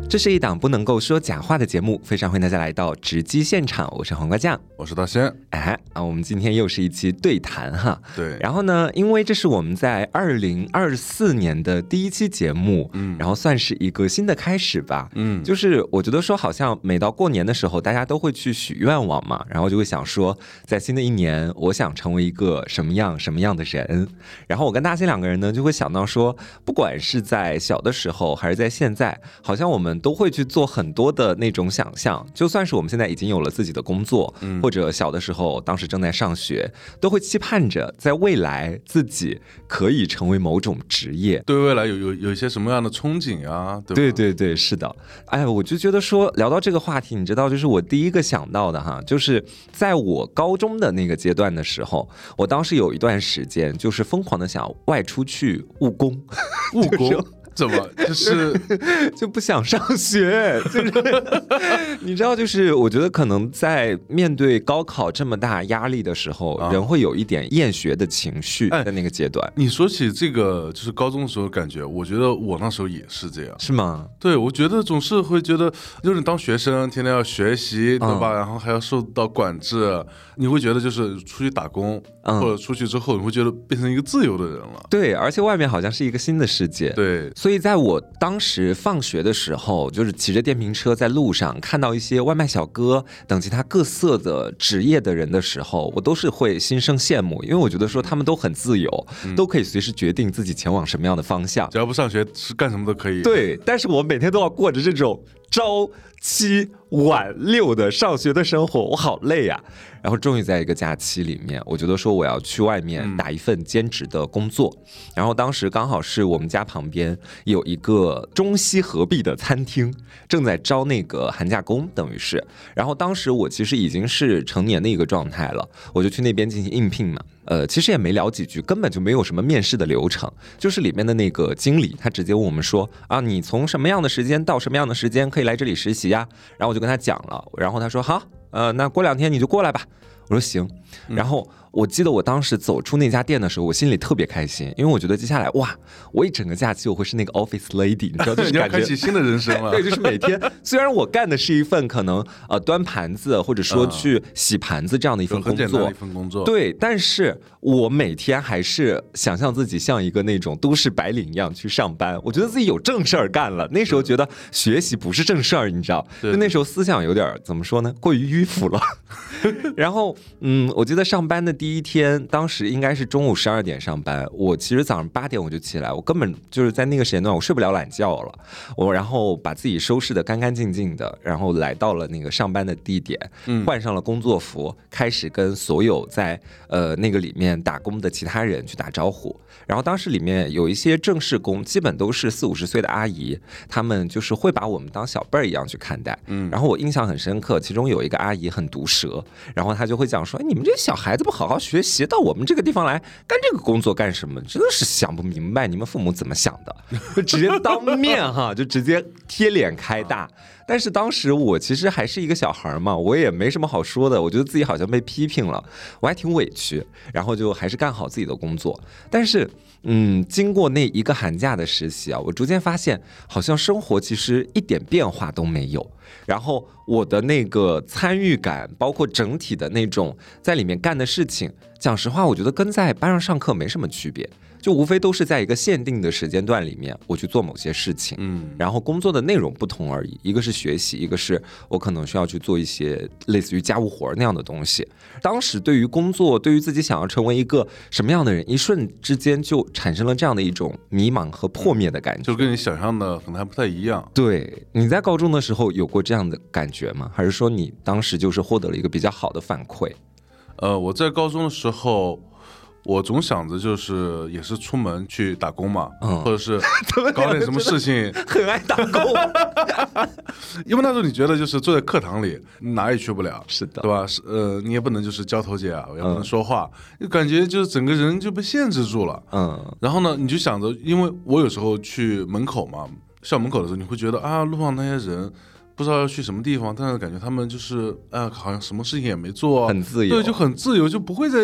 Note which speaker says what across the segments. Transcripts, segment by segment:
Speaker 1: 这是一档不能够说假话的节目，非常欢迎大家来到直击现场，我是黄瓜酱，
Speaker 2: 我是大仙。
Speaker 1: 我们今天又是一期对谈哈。
Speaker 2: 对，
Speaker 1: 然后呢，因为这是我们在2024年的第一期节目，然后算是一个新的开始吧。就是我觉得说，好像每到过年的时候，大家都会去许愿望嘛，然后就会想说，在新的一年，我想成为一个什么样的人。然后我跟大仙两个人呢，就会想到说，不管是在小的时候，还是在现在，好像我们都会去做很多的那种想象，就算是我们现在已经有了自己的工作，或者小的时候当时正在上学，都会期盼着在未来自己可以成为某种职业，
Speaker 2: 对未来有一些什么样的憧憬啊，对吧？
Speaker 1: 对，是的。我就觉得说聊到这个话题，你知道，就是我第一个想到的哈，就是在我高中的那个阶段的时候，我当时有一段时间就是疯狂的想外出去务工，
Speaker 2: 务工。怎么
Speaker 1: 就不想上学，就是你知道，就是我觉得可能在面对高考这么大压力的时候，人会有一点厌学的情绪，在那个阶段。
Speaker 2: 你说起这个，就是高中的时候感觉，我觉得我那时候也是这样。
Speaker 1: 是吗？
Speaker 2: 对，我觉得总是会觉得，就是当学生天天要学习，对吧？然后还要受到管制，你会觉得就是出去打工，或者出去之后，你会觉得变成一个自由的人了。
Speaker 1: 对，而且外面好像是一个新的世界。
Speaker 2: 对。
Speaker 1: 所以在我当时放学的时候，就是骑着电瓶车在路上看到一些外卖小哥等其他各色的职业的人的时候，我都是会心生羡慕，因为我觉得说他们都很自由，都可以随时决定自己前往什么样的方向，
Speaker 2: 只要不上学是干什么都可以。
Speaker 1: 对，但是我每天都要过着这种朝7晚6的上学的生活，我好累啊。然后终于在一个假期里面，我觉得说我要去外面打一份兼职的工作，然后当时刚好是我们家旁边有一个中西合璧的餐厅正在招那个寒假工，等于是，然后当时我其实已经是成年的一个状态了，我就去那边进行应聘嘛。其实也没聊几句，根本就没有什么面试的流程，就是里面的那个经理他直接问我们说啊，你从什么样的时间到什么样的时间可以来这里实习呀？然后我就跟他讲了，然后他说好，那过2天你就过来吧。我说行，然后我记得我当时走出那家店的时候，我心里特别开心，因为我觉得接下来哇，我一整个假期我会是那个 office lady， 你知道，就是
Speaker 2: 你要开启新的人生了。
Speaker 1: 对，就是每天，虽然我干的是一份可能端盘子或者说去洗盘子这样的一份工作，
Speaker 2: 很简单的一份工作，
Speaker 1: 对，但是我每天还是想象自己像一个那种都市白领一样去上班，我觉得自己有正事儿干了。那时候觉得学习不是正事儿，你知道，就那时候思想有点怎么说呢，过于迂腐了。然后我记得上班的第一天，当时应该是中午12点上班，我其实早上8点我就起来，我根本就是在那个时间段我睡不了懒觉了，我然后把自己收拾得干干净净的，然后来到了那个上班的地点，换上了工作服，开始跟所有在那个里面打工的其他人去打招呼。然后当时里面有一些正式工，基本都是40-50岁的阿姨，他们就是会把我们当小辈儿一样去看待。然后我印象很深刻，其中有一个阿姨很毒舌，然后她就会讲说，你们这些小孩子不好好学习，到我们这个地方来干这个工作干什么？真的是想不明白你们父母怎么想的，就直接当面哈，就直接贴脸开大。但是当时我其实还是一个小孩嘛，我也没什么好说的，我觉得自己好像被批评了，我还挺委屈，然后就还是干好自己的工作。但是经过那一个寒假的实习啊，我逐渐发现好像生活其实一点变化都没有，然后我的那个参与感，包括整体的那种在里面干的事情，讲实话我觉得跟在班上上课没什么区别，就无非都是在一个限定的时间段里面我去做某些事情，然后工作的内容不同而已，一个是学习，一个是我可能需要去做一些类似于家务活那样的东西。当时对于工作，对于自己想要成为一个什么样的人，一瞬之间就产生了这样的一种迷茫和破灭的感觉，
Speaker 2: 就跟你想象的可能还不太一样。
Speaker 1: 对，你在高中的时候有过这样的感觉吗？还是说你当时就是获得了一个比较好的反馈？
Speaker 2: 我在高中的时候，我总想着就是也是出门去打工嘛，或者是搞点什么事情，
Speaker 1: 很爱打工。
Speaker 2: 因为那时候你觉得就是坐在课堂里哪也去不了，
Speaker 1: 是的，
Speaker 2: 对吧？你也不能就是交头接耳，也不能说话，就感觉就是整个人就被限制住了。然后呢，你就想着，因为我有时候去门口嘛，校门口的时候，你会觉得啊，路上那些人不知道要去什么地方，但是感觉他们就是好像什么事情也没做，
Speaker 1: 很自由，
Speaker 2: 对，就很自由，就不会再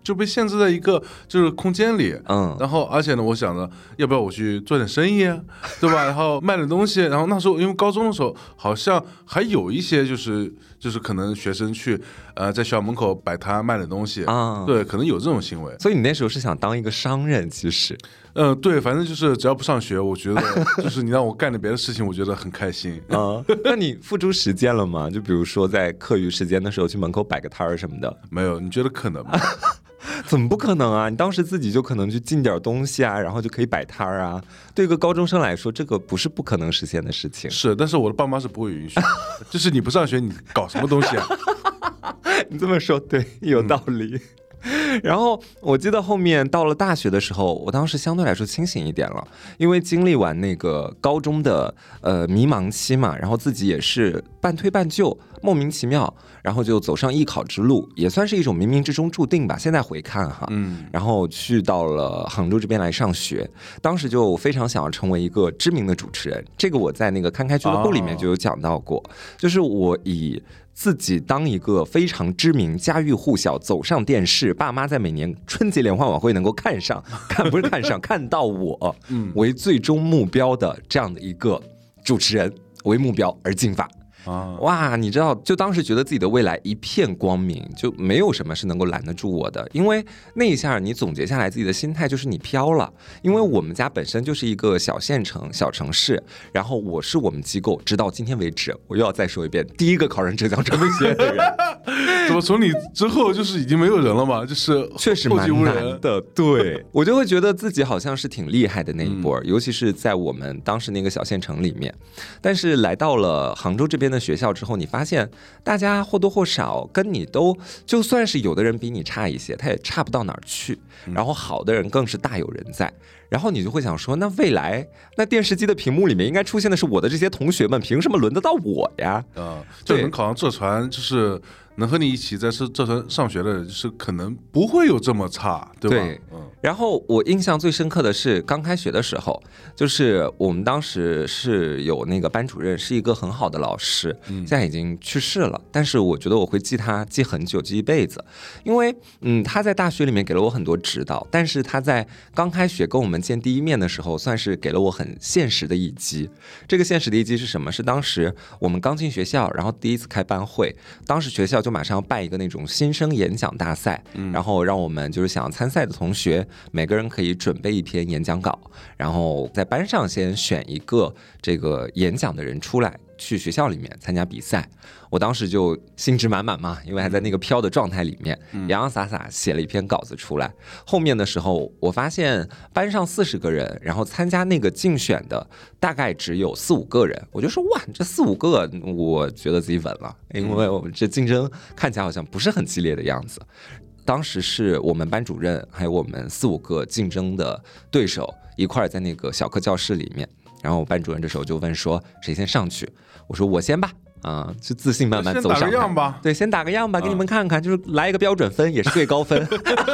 Speaker 2: 就被限制在一个就是空间里，然后而且呢，我想着要不要我去做点生意啊，对吧？然后卖点东西，然后那时候因为高中的时候好像还有一些就是可能学生去在学校门口摆摊卖点东西啊，对，可能有这种行为。
Speaker 1: 所以你那时候是想当一个商人，其实。
Speaker 2: 对，反正就是只要不上学，我觉得就是你让我干点别的事情，我觉得很开心
Speaker 1: 啊。那你付诸实践了吗？就比如说在课余时间的时候去门口摆个摊儿什么的？
Speaker 2: 没有，你觉得可能吗？
Speaker 1: 怎么不可能啊？你当时自己就可能去进点东西啊，然后就可以摆摊儿啊。对一个高中生来说，这个不是不可能实现的事情。
Speaker 2: 是，但是我的爸妈是不会允许，就是你不上学，你搞什么东西啊？
Speaker 1: 你这么说对，有道理。然后我记得后面到了大学的时候，我当时相对来说清醒一点了，因为经历完那个高中的迷茫期嘛，然后自己也是半推半就，莫名其妙，然后就走上艺考之路，也算是一种冥冥之中注定吧。现在回看哈，然后去到了杭州这边来上学，当时就非常想要成为一个知名的主持人，这个我在那个看开俱乐部里面就有讲到过，就是我以自己当一个非常知名、家喻户晓、走上电视，爸妈在每年春节联欢晚会能够看到我为最终目标的这样的一个主持人为目标而进发。哇，你知道，就当时觉得自己的未来一片光明，就没有什么是能够拦得住我的。因为那一下你总结下来自己的心态就是你飘了。因为我们家本身就是一个小县城、小城市，然后我是我们机构直到今天为止，我又要再说一遍，第一个考上浙江传媒学院的人。
Speaker 2: 怎么从你之后就是已经没有人了吗？就是
Speaker 1: 确实蛮难的。对，我就会觉得自己好像是挺厉害的那一波，尤其是在我们当时那个小县城里面。但是来到了杭州这边的学校之后，你发现大家或多或少跟你都，就算是有的人比你差一些，他也差不到哪儿去，然后好的人更是大有人在。然后你就会想说，那未来那电视机的屏幕里面应该出现的是我的这些同学们，凭什么轮得到我呀？
Speaker 2: 就能考上浙传，就是能和你一起在浙传上学的人，就是可能不会有这么差，对吧？
Speaker 1: 对。然后我印象最深刻的是刚开学的时候，就是我们当时是有那个班主任，是一个很好的老师，现在已经去世了，但是我觉得我会记他记很久，记一辈子，因为他在大学里面给了我很多指导，但是他在刚开学跟我们见第一面的时候，算是给了我很现实的一击。这个现实的一击是什么？是当时我们刚进学校，然后第一次开班会，当时学校就马上要办一个那种新生演讲大赛，然后让我们就是想要参赛的同学每个人可以准备一篇演讲稿，然后在班上先选一个这个演讲的人出来去学校里面参加比赛。我当时就兴致满满嘛，因为还在那个飘的状态里面，洋洋洒洒写了一篇稿子出来。后面的时候我发现班上40个人，然后参加那个竞选的大概只有4-5个人，我就说哇，这4-5个我觉得自己稳了，因为我这竞争看起来好像不是很激烈的样子。当时是我们班主任还有我们4-5个竞争的对手一块儿在那个小课教室里面，然后班主任这时候就问说谁先上去，我说我先吧，就自信慢慢走上来。
Speaker 2: 先打个样吧，
Speaker 1: 对，先打个样吧，给你们看看，就是来一个标准分，也是最高分。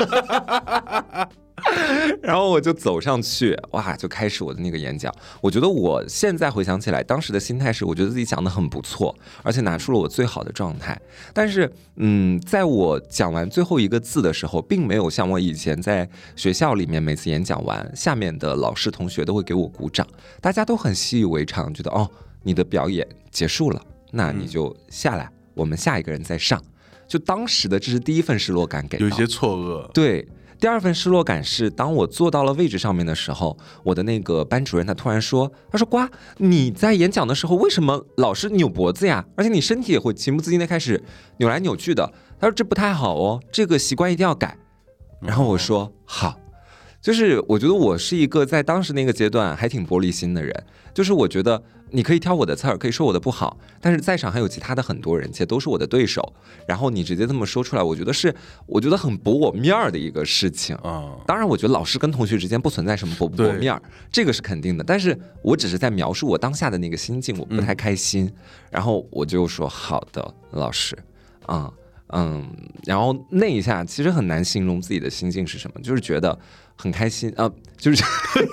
Speaker 1: 然后我就走上去，哇，就开始我的那个演讲。我觉得我现在回想起来，当时的心态是，我觉得自己讲得很不错，而且拿出了我最好的状态。但是，在我讲完最后一个字的时候，并没有像我以前在学校里面每次演讲完，下面的老师同学都会给我鼓掌，大家都很习以为常，觉得哦，你的表演结束了，那你就下来，我们下一个人再上。就当时的这是第一份失落感给到，
Speaker 2: 有一些错愕。
Speaker 1: 对。第二份失落感是，当我坐到了位置上面的时候，我的那个班主任他突然说，他说瓜，你在演讲的时候为什么老是扭脖子呀？而且你身体也会情不自禁的开始扭来扭去的。他说这不太好哦，这个习惯一定要改。然后我说好。就是我觉得我是一个在当时那个阶段还挺玻璃心的人，就是我觉得你可以挑我的刺儿，可以说我的不好，但是在场还有其他的很多人，且都是我的对手，然后你直接这么说出来，我觉得很驳我面儿的一个事情当然我觉得老师跟同学之间不存在什么驳不驳面儿，这个是肯定的，但是我只是在描述我当下的那个心境，我不太开心，然后我就说好的老师然后那一下其实很难形容自己的心境是什么，就是觉得很开心就是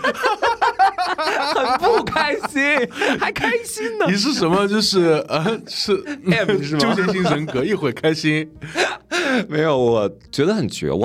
Speaker 1: 很不开心，还开心呢？
Speaker 2: 你是什么？就是是
Speaker 1: M 是吗？
Speaker 2: 纠结性人格，一会儿开心，
Speaker 1: 没有，我觉得很绝望。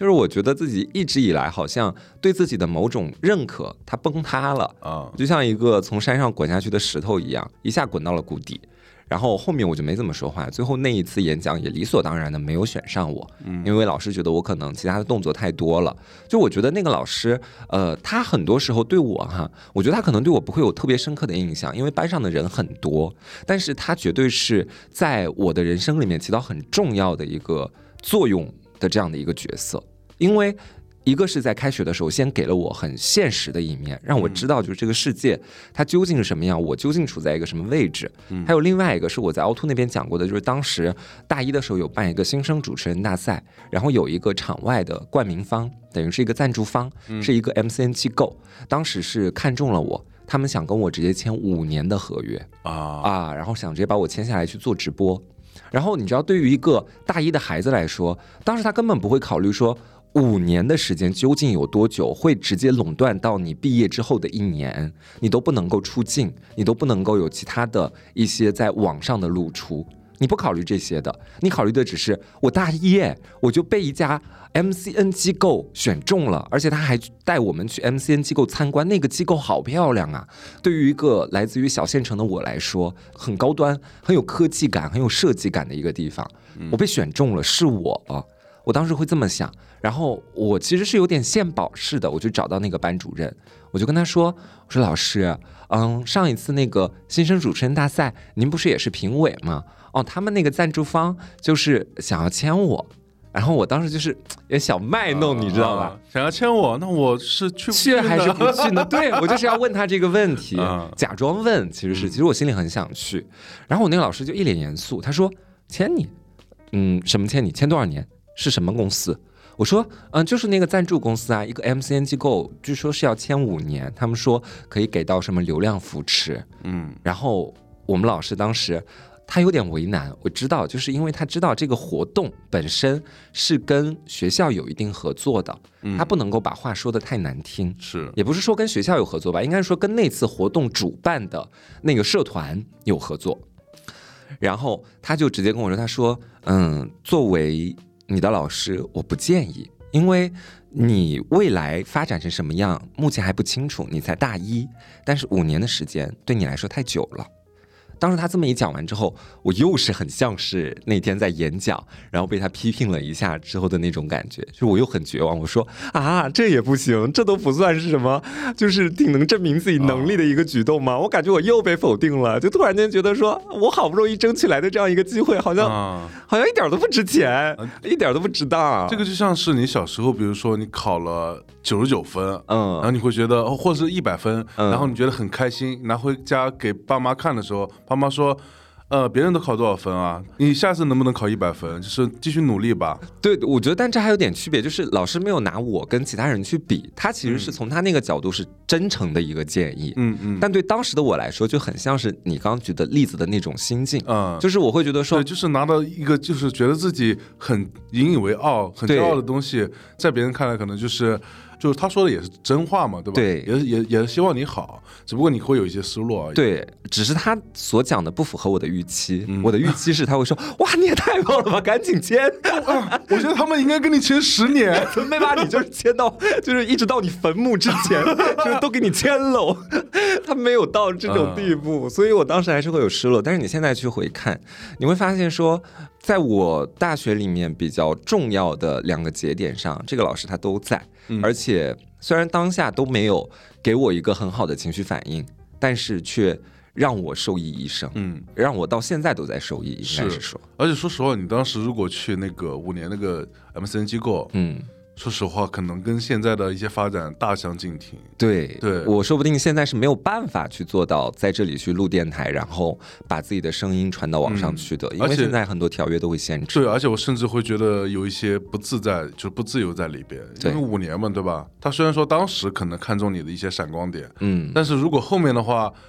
Speaker 1: 就是我觉得自己一直以来好像对自己的某种认可它崩塌了啊，就像一个从山上滚下去的石头一样，一下滚到了谷底。然后后面我就没怎么说话，最后那一次演讲也理所当然的没有选上我，因为老师觉得我可能其他的动作太多了。就我觉得那个老师，他很多时候对我我觉得他可能对我不会有特别深刻的印象，因为班上的人很多，但是他绝对是在我的人生里面起到很重要的一个作用的这样的一个角色，因为一个是在开学的时候先给了我很现实的一面，让我知道就是这个世界它究竟是什么样，我究竟处在一个什么位置。还有另外一个是我在凹凸那边讲过的，就是当时大一的时候有办一个新生主持人大赛，然后有一个场外的冠名方，等于是一个赞助方，是一个 MCN 机构，当时是看中了我，他们想跟我直接签5年的合约然后想直接把我签下来去做直播。然后你知道对于一个大一的孩子来说，当时他根本不会考虑说5年的时间究竟有多久会直接垄断到你毕业之后的1年，你都不能够出镜，你都不能够有其他的一些在网上的露出，你不考虑这些的，你考虑的只是我大一我就被一家 MCN 机构选中了，而且他还带我们去 MCN 机构参观，那个机构好漂亮啊！对于一个来自于小县城的我来说，很高端，很有科技感，很有设计感的一个地方，我被选中了，是我当时会这么想。然后我其实是有点献宝式的，我就找到那个班主任，我就跟他说，我说老师，上一次那个新生主持人大赛您不是也是评委吗？他们那个赞助方就是想要签我，然后我当时就是也小卖弄，你知道吧？
Speaker 2: 想要签我，那我是去
Speaker 1: 还是不去呢？对，我就是要问他这个问题，假装问，其实我心里很想去。然后我那个老师就一脸严肃，他说签你，什么签你？签多少年？是什么公司？我说就是那个赞助公司啊，一个 MCN 机构，据说是要签5年，他们说可以给到什么流量扶持。然后我们老师当时他有点为难，我知道，就是因为他知道这个活动本身是跟学校有一定合作的，他不能够把话说得太难听，
Speaker 2: 是
Speaker 1: 也不是说跟学校有合作吧，应该说跟那次活动主办的那个社团有合作。然后他就直接跟我说，他说作为你的老师我不建议，因为你未来发展成什么样目前还不清楚，你才大一，但是5年的时间对你来说太久了。当时他这么一讲完之后，我又是很像是那天在演讲然后被他批评了一下之后的那种感觉，就是我又很绝望，我说这也不行，这都不算是什么就是挺能证明自己能力的一个举动吗？我感觉我又被否定了，就突然间觉得说我好不容易争取来的这样一个机会好像一点都不值钱，一点都不值当。
Speaker 2: 这个就像是你小时候比如说你考了99分，然后你会觉得或者是100分，然后你觉得很开心，拿回家给爸妈看的时候，爸妈说别人都考多少分啊？你下次能不能考100分？就是继续努力吧。
Speaker 1: 对，我觉得，但这还有点区别，就是老师没有拿我跟其他人去比，他其实是从他那个角度是真诚的一个建议。但对当时的我来说，就很像是你刚举的例子的那种心境。就是我会觉得说，
Speaker 2: 对，就是拿到一个就是觉得自己很引以为傲、很骄傲的东西，在别人看来可能就是他说的也是真话嘛，对吧？
Speaker 1: 对，
Speaker 2: 也是希望你好，只不过你会有一些失落而已。
Speaker 1: 对，只是他所讲的不符合我的预期。我的预期是他会说，哇，你也太棒了吧，赶紧签！
Speaker 2: 我觉得他们应该跟你签10年，
Speaker 1: 没把你就是签到，就是一直到你坟墓之前，就是都给你签了。他没有到这种地步，所以我当时还是会有失落。但是你现在去回看，你会发现说，在我大学里面比较重要的2个节点上，这个老师他都在。而且虽然当下都没有给我一个很好的情绪反应，但是却让我受益一生，让我到现在都在受益，应该是说。
Speaker 2: 而且说实话，你当时如果去那个5年那个 MCN 机构，说实话，可能跟现在的一些发展大相径庭。
Speaker 1: 对，我说不定现在是没有办法去做到在这里去录电台，然后把自己的声音传到网上去的，因为现在很多条约都会限制。
Speaker 2: 对，而且我甚至会觉得有一些不自在，就是不自由在里边。因为5年嘛，对吧？他虽然说当时可能看中你的一些闪光点，但是如果后面的话，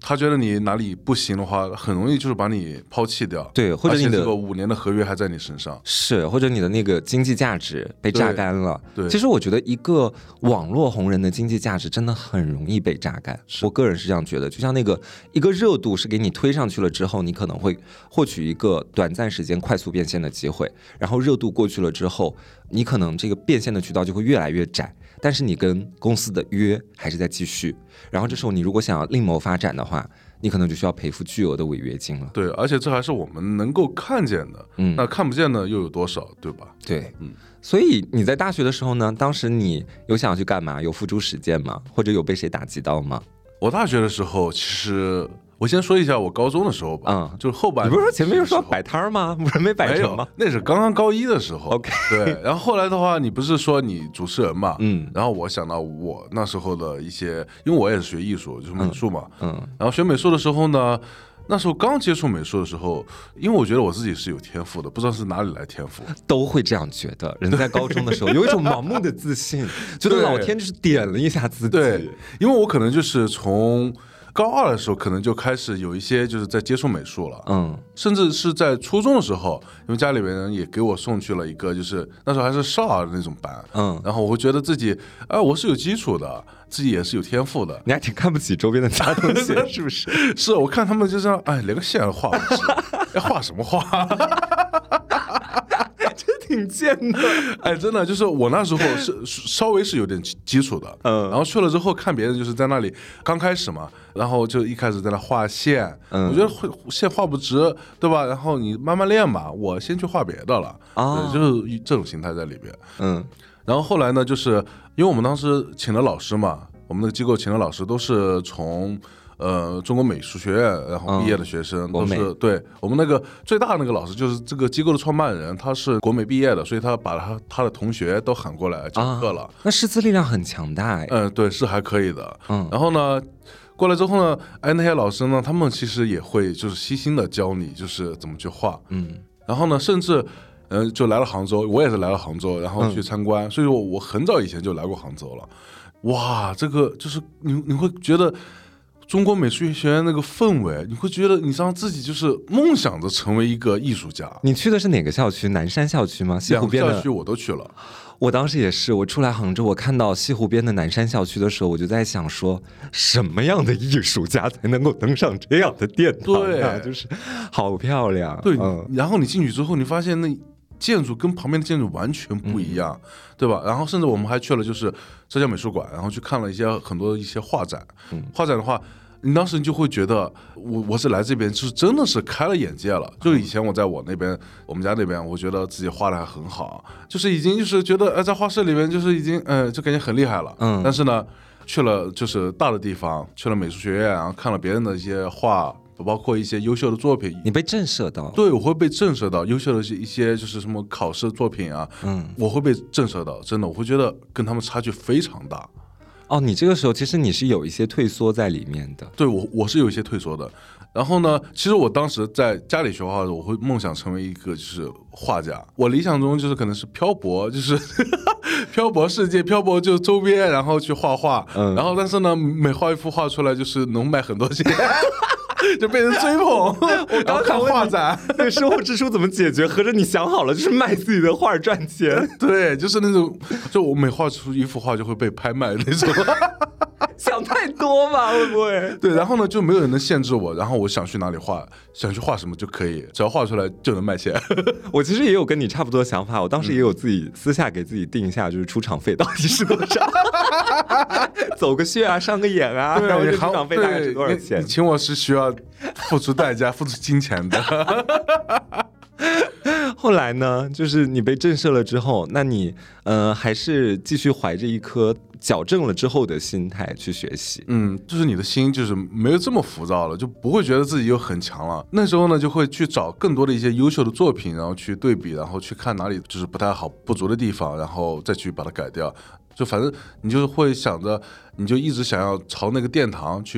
Speaker 2: 他觉得你哪里不行的话，很容易就是把你抛弃掉。
Speaker 1: 对，或者你的
Speaker 2: 这个5年的合约还在你身上，
Speaker 1: 是，或者你的那个经济价值被榨干了。
Speaker 2: 对，
Speaker 1: 其实我觉得一个网络红人的经济价值真的很容易被榨干，我个人是这样觉得。就像那个一个热度是给你推上去了之后，你可能会获取一个短暂时间快速变现的机会，然后热度过去了之后，你可能这个变现的渠道就会越来越窄，但是你跟公司的约还是在继续。然后这时候你如果想要另谋发展的话，你可能就需要赔付巨额的违约金了。
Speaker 2: 对，而且这还是我们能够看见的，那看不见的又有多少，对吧？
Speaker 1: 对，所以你在大学的时候呢，当时你有想要去干嘛？有付诸实践吗？或者有被谁打击到吗？
Speaker 2: 我大学的时候，其实我先说一下我高中的时候吧，就是后半。
Speaker 1: 你不是说前面又说摆摊吗？不是没摆成吗？
Speaker 2: 那是刚刚高一的时候。
Speaker 1: OK，
Speaker 2: 对。然后后来的话，你不是说你主持人嘛？然后我想到我那时候的一些，因为我也是学艺术，就是美术嘛。然后学美术的时候呢，那时候刚接触美术的时候，因为我觉得我自己是有天赋的，不知道是哪里来天赋，
Speaker 1: 都会这样觉得。人在高中的时候有一种盲目的自信，觉得老天就是点了一下自己。
Speaker 2: 对，因为我可能就是从高2的时候，可能就开始有一些就是在接触美术了，甚至是在初中的时候，因为家里边人也给我送去了一个，就是那时候还是少儿的那种班，然后我会觉得自己，我是有基础的，自己也是有天赋的。
Speaker 1: 你还挺看不起周边的家同学，是不是？
Speaker 2: 是我看他们就这样，连个线画不起，要画什么画？
Speaker 1: 挺贱的，
Speaker 2: 真的就是我那时候是稍微是有点基础的，然后去了之后看别人就是在那里刚开始嘛，然后就一开始在那画线，我觉得线画不直，对吧？然后你慢慢练吧，我先去画别的了，就是这种心态在里边，然后后来呢，就是因为我们当时请的老师嘛，我们那个机构请的老师都是从中国美术学院然后毕业的学生，都是对我们那个最大的那个老师就是这个机构的创办人，他是国美毕业的，所以他把他的同学都喊过来讲课了。
Speaker 1: 那师资力量很强大哎。
Speaker 2: 对，是还可以的。然后呢，过来之后呢，那些老师呢，他们其实也会就是悉心的教你就是怎么去画。然后呢，甚至就来了杭州，我也是来了杭州，然后去参观。所以说我很早以前就来过杭州了。哇，这个就是你会觉得中国美术学院那个氛围，你会觉得你让自己就是梦想着成为一个艺术家。
Speaker 1: 你去的是哪个校区？南山校区吗？西湖边的
Speaker 2: 校区我都去了。
Speaker 1: 我当时也是，我出来杭州，我看到西湖边的南山校区的时候，我就在想说，什么样的艺术家才能够登上这样的殿堂啊？就是好漂亮。
Speaker 2: 对，然后你进去之后，你发现那建筑跟旁边的建筑完全不一样，对吧？然后甚至我们还去了就是浙江美术馆，然后去看了很多一些画展。画展的话，你当时就会觉得我是来这边就是真的是开了眼界了。就以前我在我们家那边，我觉得自己画的还很好，就是已经就是觉得在画室里面就是已经就感觉很厉害了。但是呢，去了就是大的地方，去了美术学院，然后看了别人的一些画，包括一些优秀的作品，
Speaker 1: 你被震慑到。
Speaker 2: 对，我会被震慑到优秀的一些就是什么考试作品啊，我会被震慑到，真的，我会觉得跟他们差距非常大。
Speaker 1: 你这个时候其实你是有一些退缩在里面的。
Speaker 2: 对，我是有一些退缩的。然后呢，其实我当时在家里学画的时候，我会梦想成为一个就是画家。我理想中就是可能是漂泊，就是漂泊世界，漂泊就周边，然后去画画。然后但是呢，每画一幅画出来就是能卖很多钱。就被人追捧，我刚看画展，
Speaker 1: 那个生活支出怎么解决？合着你想好了，就是卖自己的画赚钱。
Speaker 2: 对，就是那种，就我每画出一幅画就会被拍卖那种。
Speaker 1: 想太多吧，会不会？
Speaker 2: 对，然后呢，就没有人能限制我，然后我想去哪里画，想去画什么就可以，只要画出来就能卖钱。
Speaker 1: 我其实也有跟你差不多的想法，我当时也有自己私下给自己定一下，就是出场费到底是多少，走个穴啊，上个眼啊，然后这出场费大概是多少钱？
Speaker 2: 你请我是需要付出代价、付出金钱的。
Speaker 1: 后来呢，就是你被震慑了之后，那你还是继续怀着一颗矫正了之后的心态去学习。
Speaker 2: 就是你的心就是没有这么浮躁了，就不会觉得自己又很强了。那时候呢，就会去找更多的一些优秀的作品，然后去对比，然后去看哪里就是不太好、不足的地方，然后再去把它改掉。就反正你就是会想着，你就一直想要朝那个殿堂去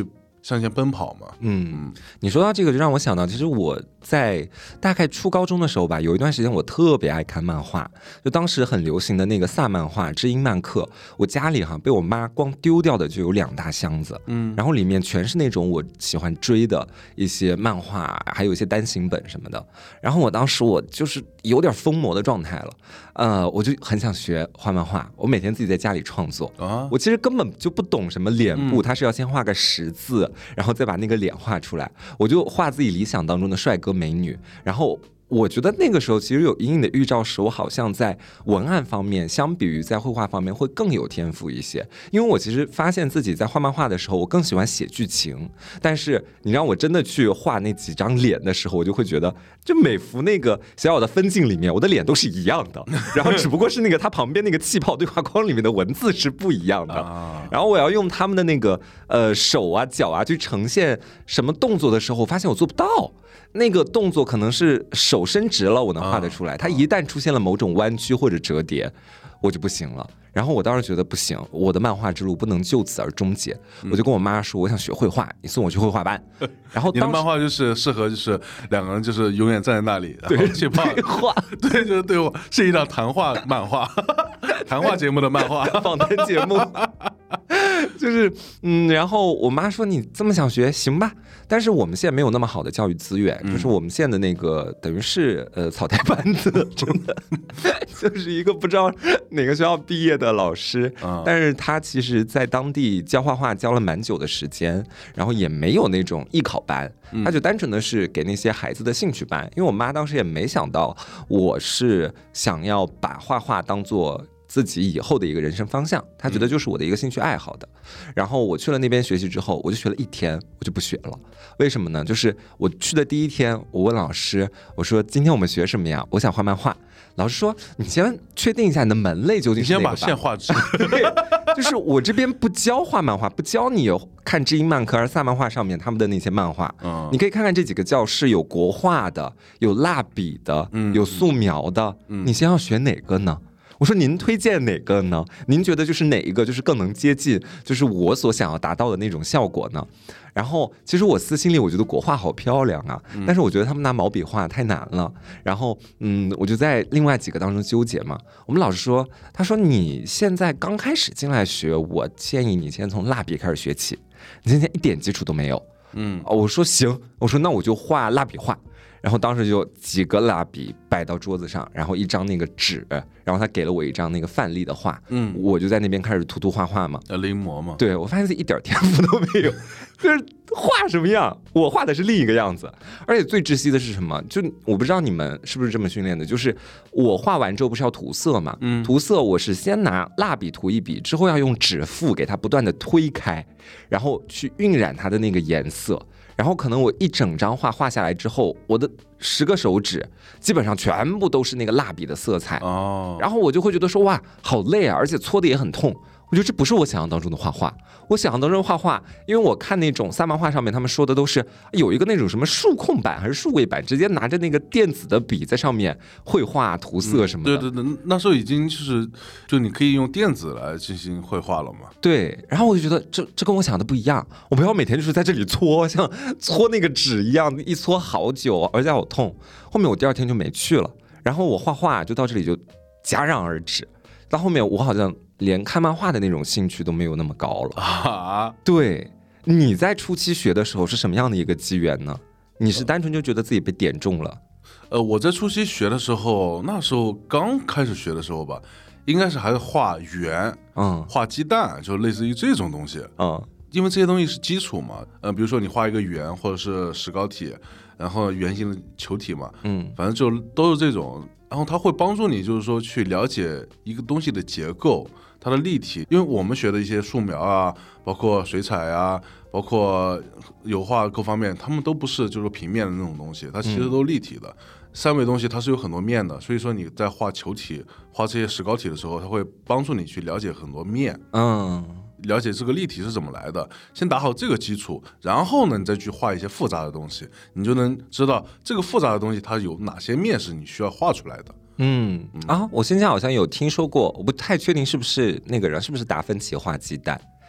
Speaker 2: 向前奔跑嘛。
Speaker 1: 你说到这个就让我想到，其实我在大概初高中的时候吧，有一段时间我特别爱看漫画，就当时很流行的那个萨漫画《知音漫客》，我家里被我妈光丢掉的就有2大箱子，然后里面全是那种我喜欢追的一些漫画，还有一些单行本什么的。然后当时我就是有点疯魔的状态了，我就很想学画漫画，我每天自己在家里创作。我其实根本就不懂什么脸部，它是要先画个10字，然后再把那个脸画出来，我就画自己理想当中的帅哥美女，然后我觉得那个时候其实有隐隐的预兆，使我好像在文案方面相比于在绘画方面会更有天赋一些。因为我其实发现自己在画漫画的时候，我更喜欢写剧情，但是你让我真的去画那几张脸的时候，我就会觉得就每幅那个小小的分镜里面我的脸都是一样的，然后只不过是那个它旁边那个气泡对话框里面的文字是不一样的，然后我要用他们的那个手啊脚啊去呈现什么动作的时候，我发现我做不到。那个动作可能是手伸直了我能画得出来，它一旦出现了某种弯曲或者折叠我就不行了。然后我当时觉得不行，我的漫画之路不能就此而终结，我就跟我妈说我想学绘画，你送我去绘画班。然后
Speaker 2: 你的漫画就是适合就是2个人就是永远站在那里，然后去
Speaker 1: 对话，
Speaker 2: 对，就是对话，是一档谈话漫画，谈话节目的漫画，
Speaker 1: 访谈节目。就是然后我妈说你这么想学行吧，但是我们现在没有那么好的教育资源，就是我们现在的那个等于是草台班子，真的就是一个不知道哪个学校毕业的老师，但是他其实在当地教画画教了蛮久的时间，然后也没有那种艺考班，他就单纯的是给那些孩子的兴趣班。因为我妈当时也没想到我是想要把画画当做自己以后的一个人生方向，他觉得就是我的一个兴趣爱好的。然后我去了那边学习之后，我就学了1天，我就不学了。为什么呢？就是我去的第1天，我问老师，我说今天我们学什么呀？我想画漫画。老师说你先确定一下你的门类究竟是哪个吧。
Speaker 2: 你先把线画直。
Speaker 1: 对，就是我这边不教画漫画，不教你看知音漫客、萨漫画上面他们的那些漫画，你可以看看这几个教室，有国画的，有蜡笔的，有素描的，你先要学哪个呢？我说您推荐哪个呢？您觉得就是哪一个就是更能接近就是我所想要达到的那种效果呢？然后其实我私心里我觉得国画好漂亮啊，但是我觉得他们拿毛笔画太难了。然后我就在另外几个当中纠结嘛。我们老师说，他说你现在刚开始进来学，我建议你先从蜡笔开始学起，你现在一点基础都没有。我说行，我说那我就画蜡笔画。然后当时就几个蜡笔摆到桌子上，然后一张那个纸，然后他给了我一张那个范例的画，我就在那边开始涂画画嘛，
Speaker 2: 临摹嘛。
Speaker 1: 对，我发现自己一点天赋都没有，就是画什么样，我画的是另一个样子。而且最窒息的是什么？就我不知道你们是不是这么训练的，就是我画完之后不是要涂色嘛，涂色我是先拿蜡笔涂一笔，之后要用纸腹给它不断的推开，然后去晕染它的那个颜色。然后可能我一整张画下来之后，我的10个手指基本上全部都是那个蜡笔的色彩，然后我就会觉得说哇好累啊，而且搓的也很痛。我觉得这不是我想象当中的画画。我想象当中的画画，因为我看那种萨漫画上面他们说的都是有一个那种什么数控版还是数位版，直接拿着那个电子的笔在上面绘画涂色什么的。
Speaker 2: 对，那时候已经就你可以用电子来进行绘画了嘛。
Speaker 1: 对，然后我就觉得这跟我想的不一样，我不要每天就是在这里搓，像搓那个纸一样，一搓好久，而且好痛。后面我第2天就没去了，然后我画画就到这里就戛然而止。到后面我好像连看漫画的那种兴趣都没有那么高了啊！对，你在初期学的时候是什么样的一个机缘呢？你是单纯就觉得自己被点中了？
Speaker 2: 我在初期学的时候，那时候刚开始学的时候吧，应该是还是画圆，画鸡蛋，就类似于这种东西，因为这些东西是基础嘛，比如说你画一个圆或者是石膏体，然后圆形的球体嘛，反正就都是这种。然后它会帮助你，就是说去了解一个东西的结构，它的立体。因为我们学的一些素描啊，包括水彩啊，包括油画各方面，它们都不是就是平面的那种东西，它其实都立体的。3维东西它是有很多面的，所以说你在画球体、画这些石膏体的时候，它会帮助你去了解很多面。了解这个立体是怎么来的，先打好这个基础，然后呢，你再去画一些复杂的东西，你就能知道这个复杂的东西它有哪些面是你需要画出来的。
Speaker 1: 我先前好像有听说过，我不太确定是不是那个人是不是达芬奇画鸡蛋。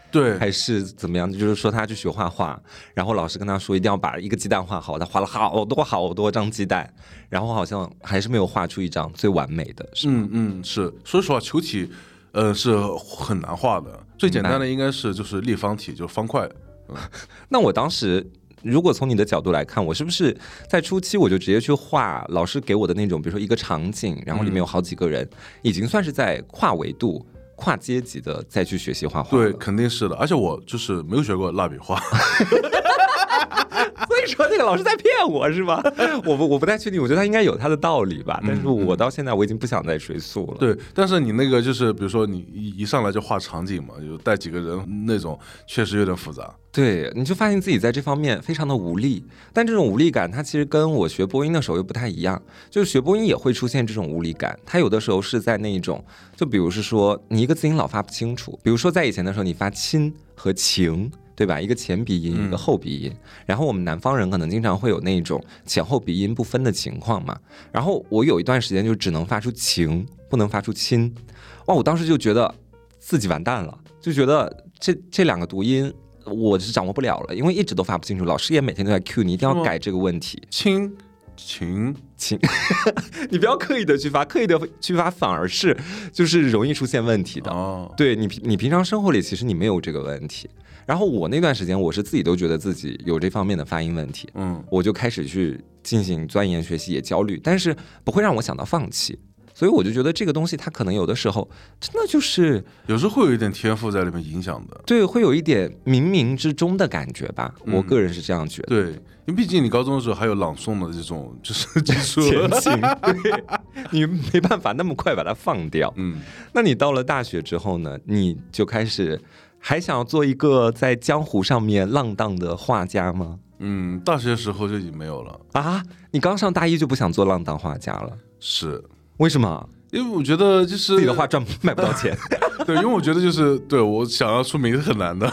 Speaker 2: 对，
Speaker 1: 还是怎么样？就是说他去学画画，然后老师跟他说一定要把一个鸡蛋画好，他画了好多张鸡蛋，然后好像还是没有画出一张最完美的。是
Speaker 2: 是。说实话，球体是很难画的，最简单的应该是就是立方体，就是方块。
Speaker 1: 那我当时。如果从你的角度来看，我是不是在初期我就直接去画老师给我的那种，比如说一个场景，然后里面有好几个人，已经算是在跨维度、跨阶级的再去学习画画了？
Speaker 2: 对，肯定是的。而且我就是没有学过蜡笔画。
Speaker 1: 所以说那个老师在骗我是吗？我不太确定，我觉得他应该有他的道理吧，但是我到现在我已经不想再追溯了。
Speaker 2: 对，但是你那个就是比如说你一上来就画场景嘛，就带几个人那种，确实有点复杂。
Speaker 1: 对，你就发现自己在这方面非常的无力，但这种无力感它其实跟我学播音的时候又不太一样，就是学播音也会出现这种无力感，它有的时候是在那一种，就比如是说你一个字音老发不清楚，比如说在以前的时候你发亲和情，对吧？一个前鼻音一个后鼻音，然后我们南方人可能经常会有那种前后鼻音不分的情况嘛，然后我有一段时间就只能发出情，不能发出亲，哇，我当时就觉得自己完蛋了，就觉得这两个读音我是掌握不了了，因为一直都发不清楚，老师也每天都在 cue 你一定要改这个问题。
Speaker 2: 亲情
Speaker 1: 你不要刻意的去发，刻意的去发反而是就是容易出现问题的。对你平常生活里其实你没有这个问题。然后我那段时间我是自己都觉得自己有这方面的发音问题，我就开始去进行钻研学习，也焦虑，但是不会让我想到放弃。所以我就觉得这个东西它可能有的时候真的就是
Speaker 2: 有时候会有一点天赋在里面影响的，
Speaker 1: 对，会有一点冥冥之中的感觉吧，我个人是这样觉得。
Speaker 2: 对，因为毕竟你高中的时候还有朗诵的这种就是技术
Speaker 1: 前行，对，你没办法那么快把它放掉。那你到了大学之后呢，你就开始还想要做一个在江湖上面浪荡的画家吗？
Speaker 2: 大学时候就已经没有了
Speaker 1: 啊！你刚上大一就不想做浪荡画家了？
Speaker 2: 是。
Speaker 1: 为什么？
Speaker 2: 因为我觉得就是
Speaker 1: 自己的画卖不到钱。
Speaker 2: 对，因为我觉得就是对我想要出名是很难的。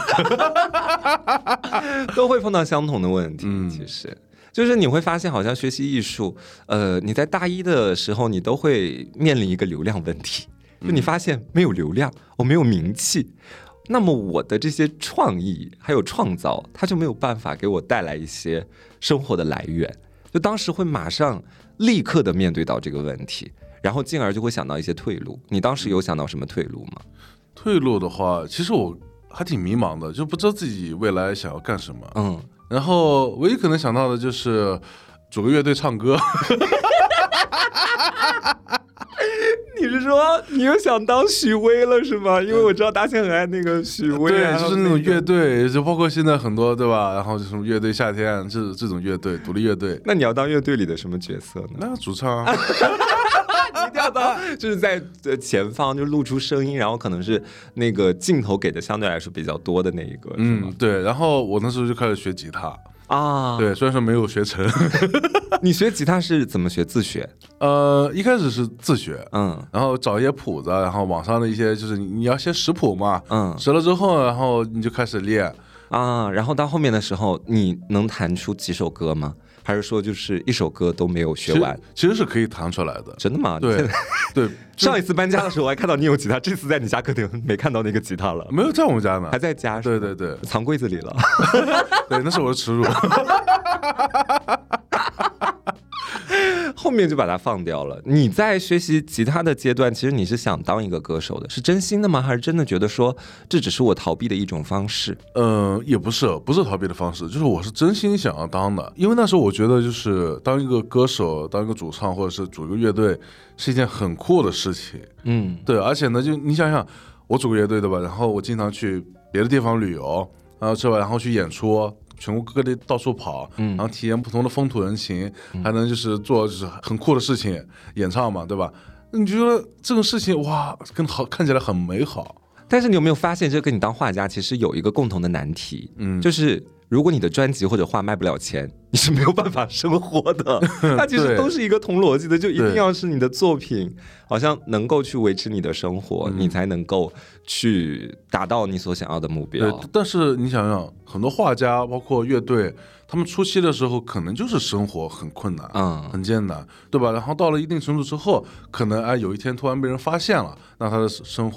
Speaker 1: 都会碰到相同的问题。其实就是你会发现好像学习艺术你在大一的时候你都会面临一个流量问题，就你发现没有流量，我没有名气，那么我的这些创意还有创造它就没有办法给我带来一些生活的来源，就当时会马上立刻的面对到这个问题，然后进而就会想到一些退路。你当时有想到什么退路吗？
Speaker 2: 退路的话，其实我还挺迷茫的，就不知道自己未来想要干什么。然后唯一可能想到的就是组个乐队唱歌。
Speaker 1: 你是说你又想当许巍了是吗？因为我知道大仙很爱那个许巍，
Speaker 2: 对，就是那种乐队，就包括现在很多对吧？然后就什么乐队夏天这种乐队，独立乐队。
Speaker 1: 那你要当乐队里的什么角色呢？
Speaker 2: 那主唱啊。
Speaker 1: 一定要当，就是在前方就露出声音，然后可能是那个镜头给的相对来说比较多的那一个。
Speaker 2: 对。然后我那时候就开始学吉他啊，对，虽然说没有学成。
Speaker 1: 你学吉他是怎么学？自学？
Speaker 2: 一开始是自学，然后找一些谱子，然后网上的一些就是你要先识谱嘛，识了之后，然后你就开始练
Speaker 1: 啊，然后到后面的时候，你能弹出几首歌吗？还是说就是一首歌都没有学完？
Speaker 2: 其实是可以弹出来的。
Speaker 1: 真的吗？
Speaker 2: 对对。
Speaker 1: 上一次搬家的时候我还看到你有吉他，这次在你家客厅没看到那个吉他了。
Speaker 2: 没有在我们家呢，
Speaker 1: 还在家。
Speaker 2: 对对对，
Speaker 1: 藏柜子里了。
Speaker 2: 对，那是我的耻辱。
Speaker 1: 后面就把它放掉了。你在学习吉他的阶段，其实你是想当一个歌手的，是真心的吗？还是真的觉得说这只是我逃避的一种方式？
Speaker 2: 也不是逃避的方式，就是我是真心想要当的。因为那时候我觉得就是当一个歌手，当一个主唱，或者是组一个乐队是一件很酷的事情。对，而且呢，就你想想，我组个乐队对吧？然后我经常去别的地方旅游，是吧？然后去演出。全国各地到处跑，然后体验不同的风土人情，还能就是做就是很酷的事情，演唱嘛，对吧？你觉得这种事情哇，看起来很美好。
Speaker 1: 但是你有没有发现，这跟你当画家其实有一个共同的难题，就是如果你的专辑或者画卖不了钱，你是没有办法生活的。它其实都是一个同逻辑的，就一定要是你的作品好像能够去维持你的生活，你才能够去达到你所想要的目标。
Speaker 2: 对，但是你想想，很多画家包括乐队，他们初期的时候可能就是生活很困难，很艰难，对吧？然后到了一定程度之后，可能有一天突然被人发现了，那他的生活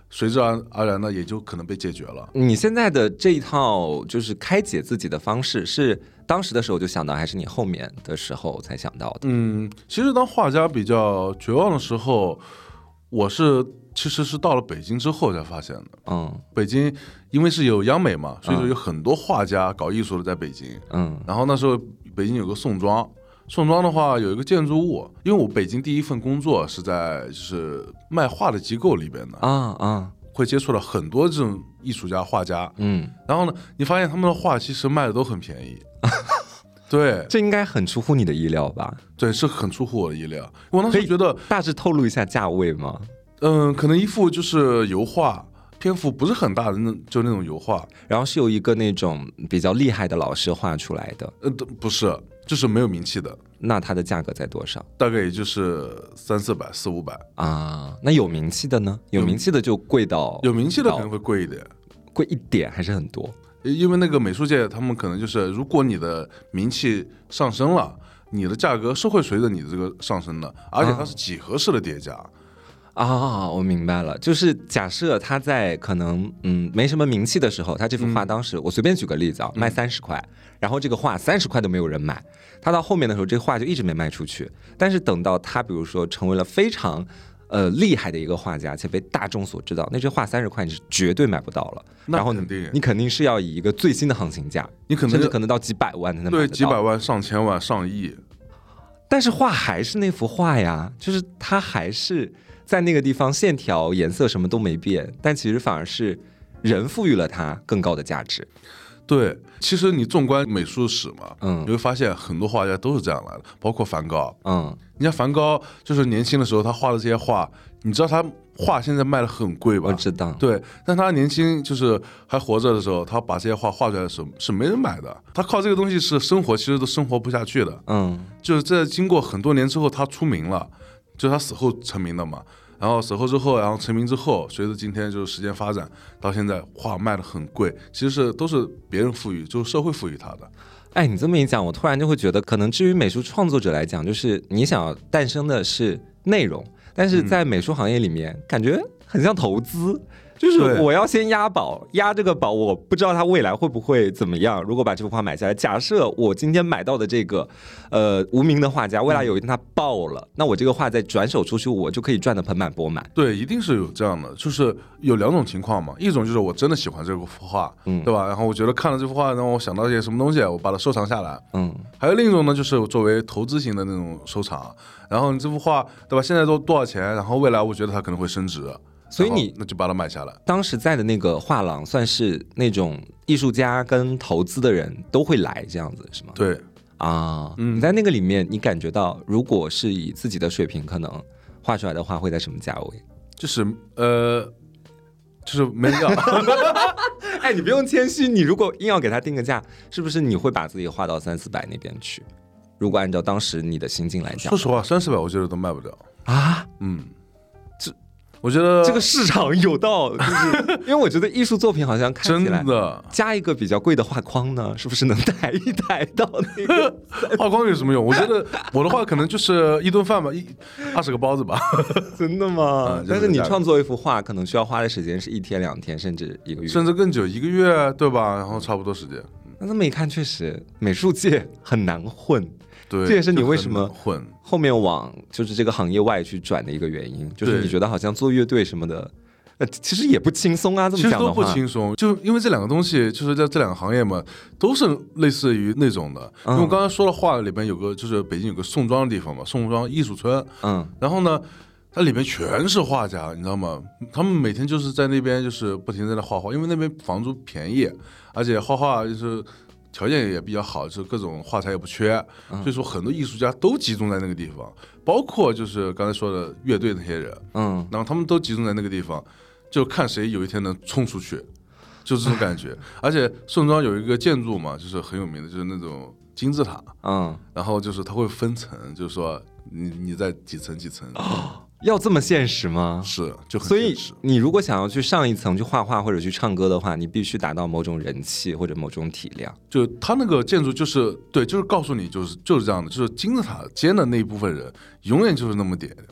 Speaker 2: 随之而然呢，也就可能被解决了。
Speaker 1: 你现在的这一套就是开解自己的方式，是当时的时候就想到，还是你后面的时候才想到的？
Speaker 2: 其实当画家比较绝望的时候，其实是到了北京之后才发现的。北京因为是有央美嘛，所以说有很多画家搞艺术的在北京。然后那时候北京有个宋庄。宋庄的话有一个建筑物，因为我北京第一份工作是在就是卖画的机构里边的会接触到很多这种艺术家画家，然后呢，你发现他们的画其实卖的都很便宜，对，
Speaker 1: 这应该很出乎你的意料吧？
Speaker 2: 对，是很出乎我的意料。我当时觉得
Speaker 1: 大致透露一下价位吗？
Speaker 2: 可能一幅就是油画。篇幅不是很大的就那种油画，
Speaker 1: 然后是由一个那种比较厉害的老师画出来的。
Speaker 2: 不是，就是没有名气的。
Speaker 1: 那它的价格在多少？大
Speaker 2: 概也就是300-400、400-500
Speaker 1: 啊。那有名气的呢？有名气的就贵到，
Speaker 2: 有名气的可能会贵一点，
Speaker 1: 贵一点还是很多。
Speaker 2: 因为那个美术界他们可能就是，如果你的名气上升了，你的价格是会随着你的这个上升的，而且它是几何式的叠加。
Speaker 1: 我明白了，就是假设他在可能没什么名气的时候，他这幅画当时我随便举个例子卖30块，然后这个画30块都没有人买，他到后面的时候这个画就一直没卖出去。但是等到他比如说成为了非常厉害的一个画家，且被大众所知道，那这画30块你是绝对买不到了。然后你肯定是要以一个最新的行情价，你甚至可能到几百万才能买得到。
Speaker 2: 对，几百万、上千万、上亿。
Speaker 1: 但是画还是那幅画呀，就是它还是在那个地方线条颜色什么都没变，但其实反而是人赋予了它更高的价值。
Speaker 2: 对，其实你纵观美术史嘛，你会发现很多画家都是这样来的，包括梵高。你像梵高，就是年轻的时候他画的这些画，你知道他画现在卖的很贵吧？
Speaker 1: 我知道。
Speaker 2: 对，但他年轻就是还活着的时候，他把这些画画出来的时候是没人买的，他靠这个东西是生活，其实都生活不下去的。就是在经过很多年之后，他出名了，就是他死后成名的嘛。然后死后之后，然后成名之后，随着今天就是时间发展，到现在画卖的很贵，其实都是别人赋予，就是社会赋予他的。
Speaker 1: 哎，你这么一讲，我突然就会觉得，可能至于美术创作者来讲，就是你想要诞生的是内容，但是在美术行业里面，感觉很像投资。就是我要先押宝，押这个宝，我不知道它未来会不会怎么样。如果把这幅画买下来，假设我今天买到的这个无名的画家，未来有一天他爆了，那我这个画再转手出去，我就可以赚得盆满钵满。
Speaker 2: 对，一定是有这样的，就是有两种情况嘛，一种就是我真的喜欢这幅画，对吧？然后我觉得看了这幅画，让我想到一些什么东西，我把它收藏下来。还有另一种呢，就是作为投资型的那种收藏，然后你这幅画，对吧？现在多少钱？然后未来我觉得它可能会升值。
Speaker 1: 所以你
Speaker 2: 那就把它买下来。
Speaker 1: 当时在的那个画廊，算是那种艺术家跟投资的人都会来这样子，是吗？
Speaker 2: 对
Speaker 1: 啊，你在那个里面，你感觉到如果是以自己的水平可能画出来的话，会在什么价位？
Speaker 2: 就是没要。
Speaker 1: 哎，你不用谦虚，你如果硬要给他定个价，是不是你会把自己画到300-400那边去？如果按照当时你的心境来讲，
Speaker 2: 说实话，300-400我觉得都卖不了
Speaker 1: 啊。
Speaker 2: 我觉得
Speaker 1: 这个市场有到，就是因为我觉得艺术作品好像看起来
Speaker 2: 真的
Speaker 1: 加一个比较贵的画框呢，是不是能抬一抬到那个
Speaker 2: 画框有什么用？我觉得我的话可能就是一顿饭吧，20个包子吧。
Speaker 1: 真的吗？但是你创作一幅画，可能需要花的时间是1天2天，甚至1个月，
Speaker 2: 甚至更久，1个月，对吧？然后差不多时间。
Speaker 1: 那这么一看，确实美术界很难混。
Speaker 2: 对，
Speaker 1: 这也是你为什么后面往就是这个行业外去转的一个原因，就是你觉得好像做乐队什么的，其实也不轻松啊。这么讲的话，
Speaker 2: 其实都不轻松，就因为这两个东西，就是在这两个行业嘛，都是类似于那种的。因为我刚才说的画里边有个，就是北京有个宋庄的地方嘛，宋庄艺术村。然后呢，它里面全是画家，你知道吗？他们每天就是在那边就是不停在那画画，因为那边房租便宜，而且画画就是条件也比较好，就是各种画材也不缺，所以说很多艺术家都集中在那个地方，包括就是刚才说的乐队那些人，然后他们都集中在那个地方，就看谁有一天能冲出去，就这种感觉。而且宋庄有一个建筑嘛，就是很有名的，就是那种金字塔，然后就是它会分层，就是说你在几层几层。
Speaker 1: 要这么现实吗？
Speaker 2: 是，就很
Speaker 1: 现实。所以你如果想要去上一层去画画或者去唱歌的话，你必须达到某种人气或者某种体量。
Speaker 2: 就他那个建筑就是对，就是告诉你就是这样的，就是金字塔尖的那一部分人永远就是那么点。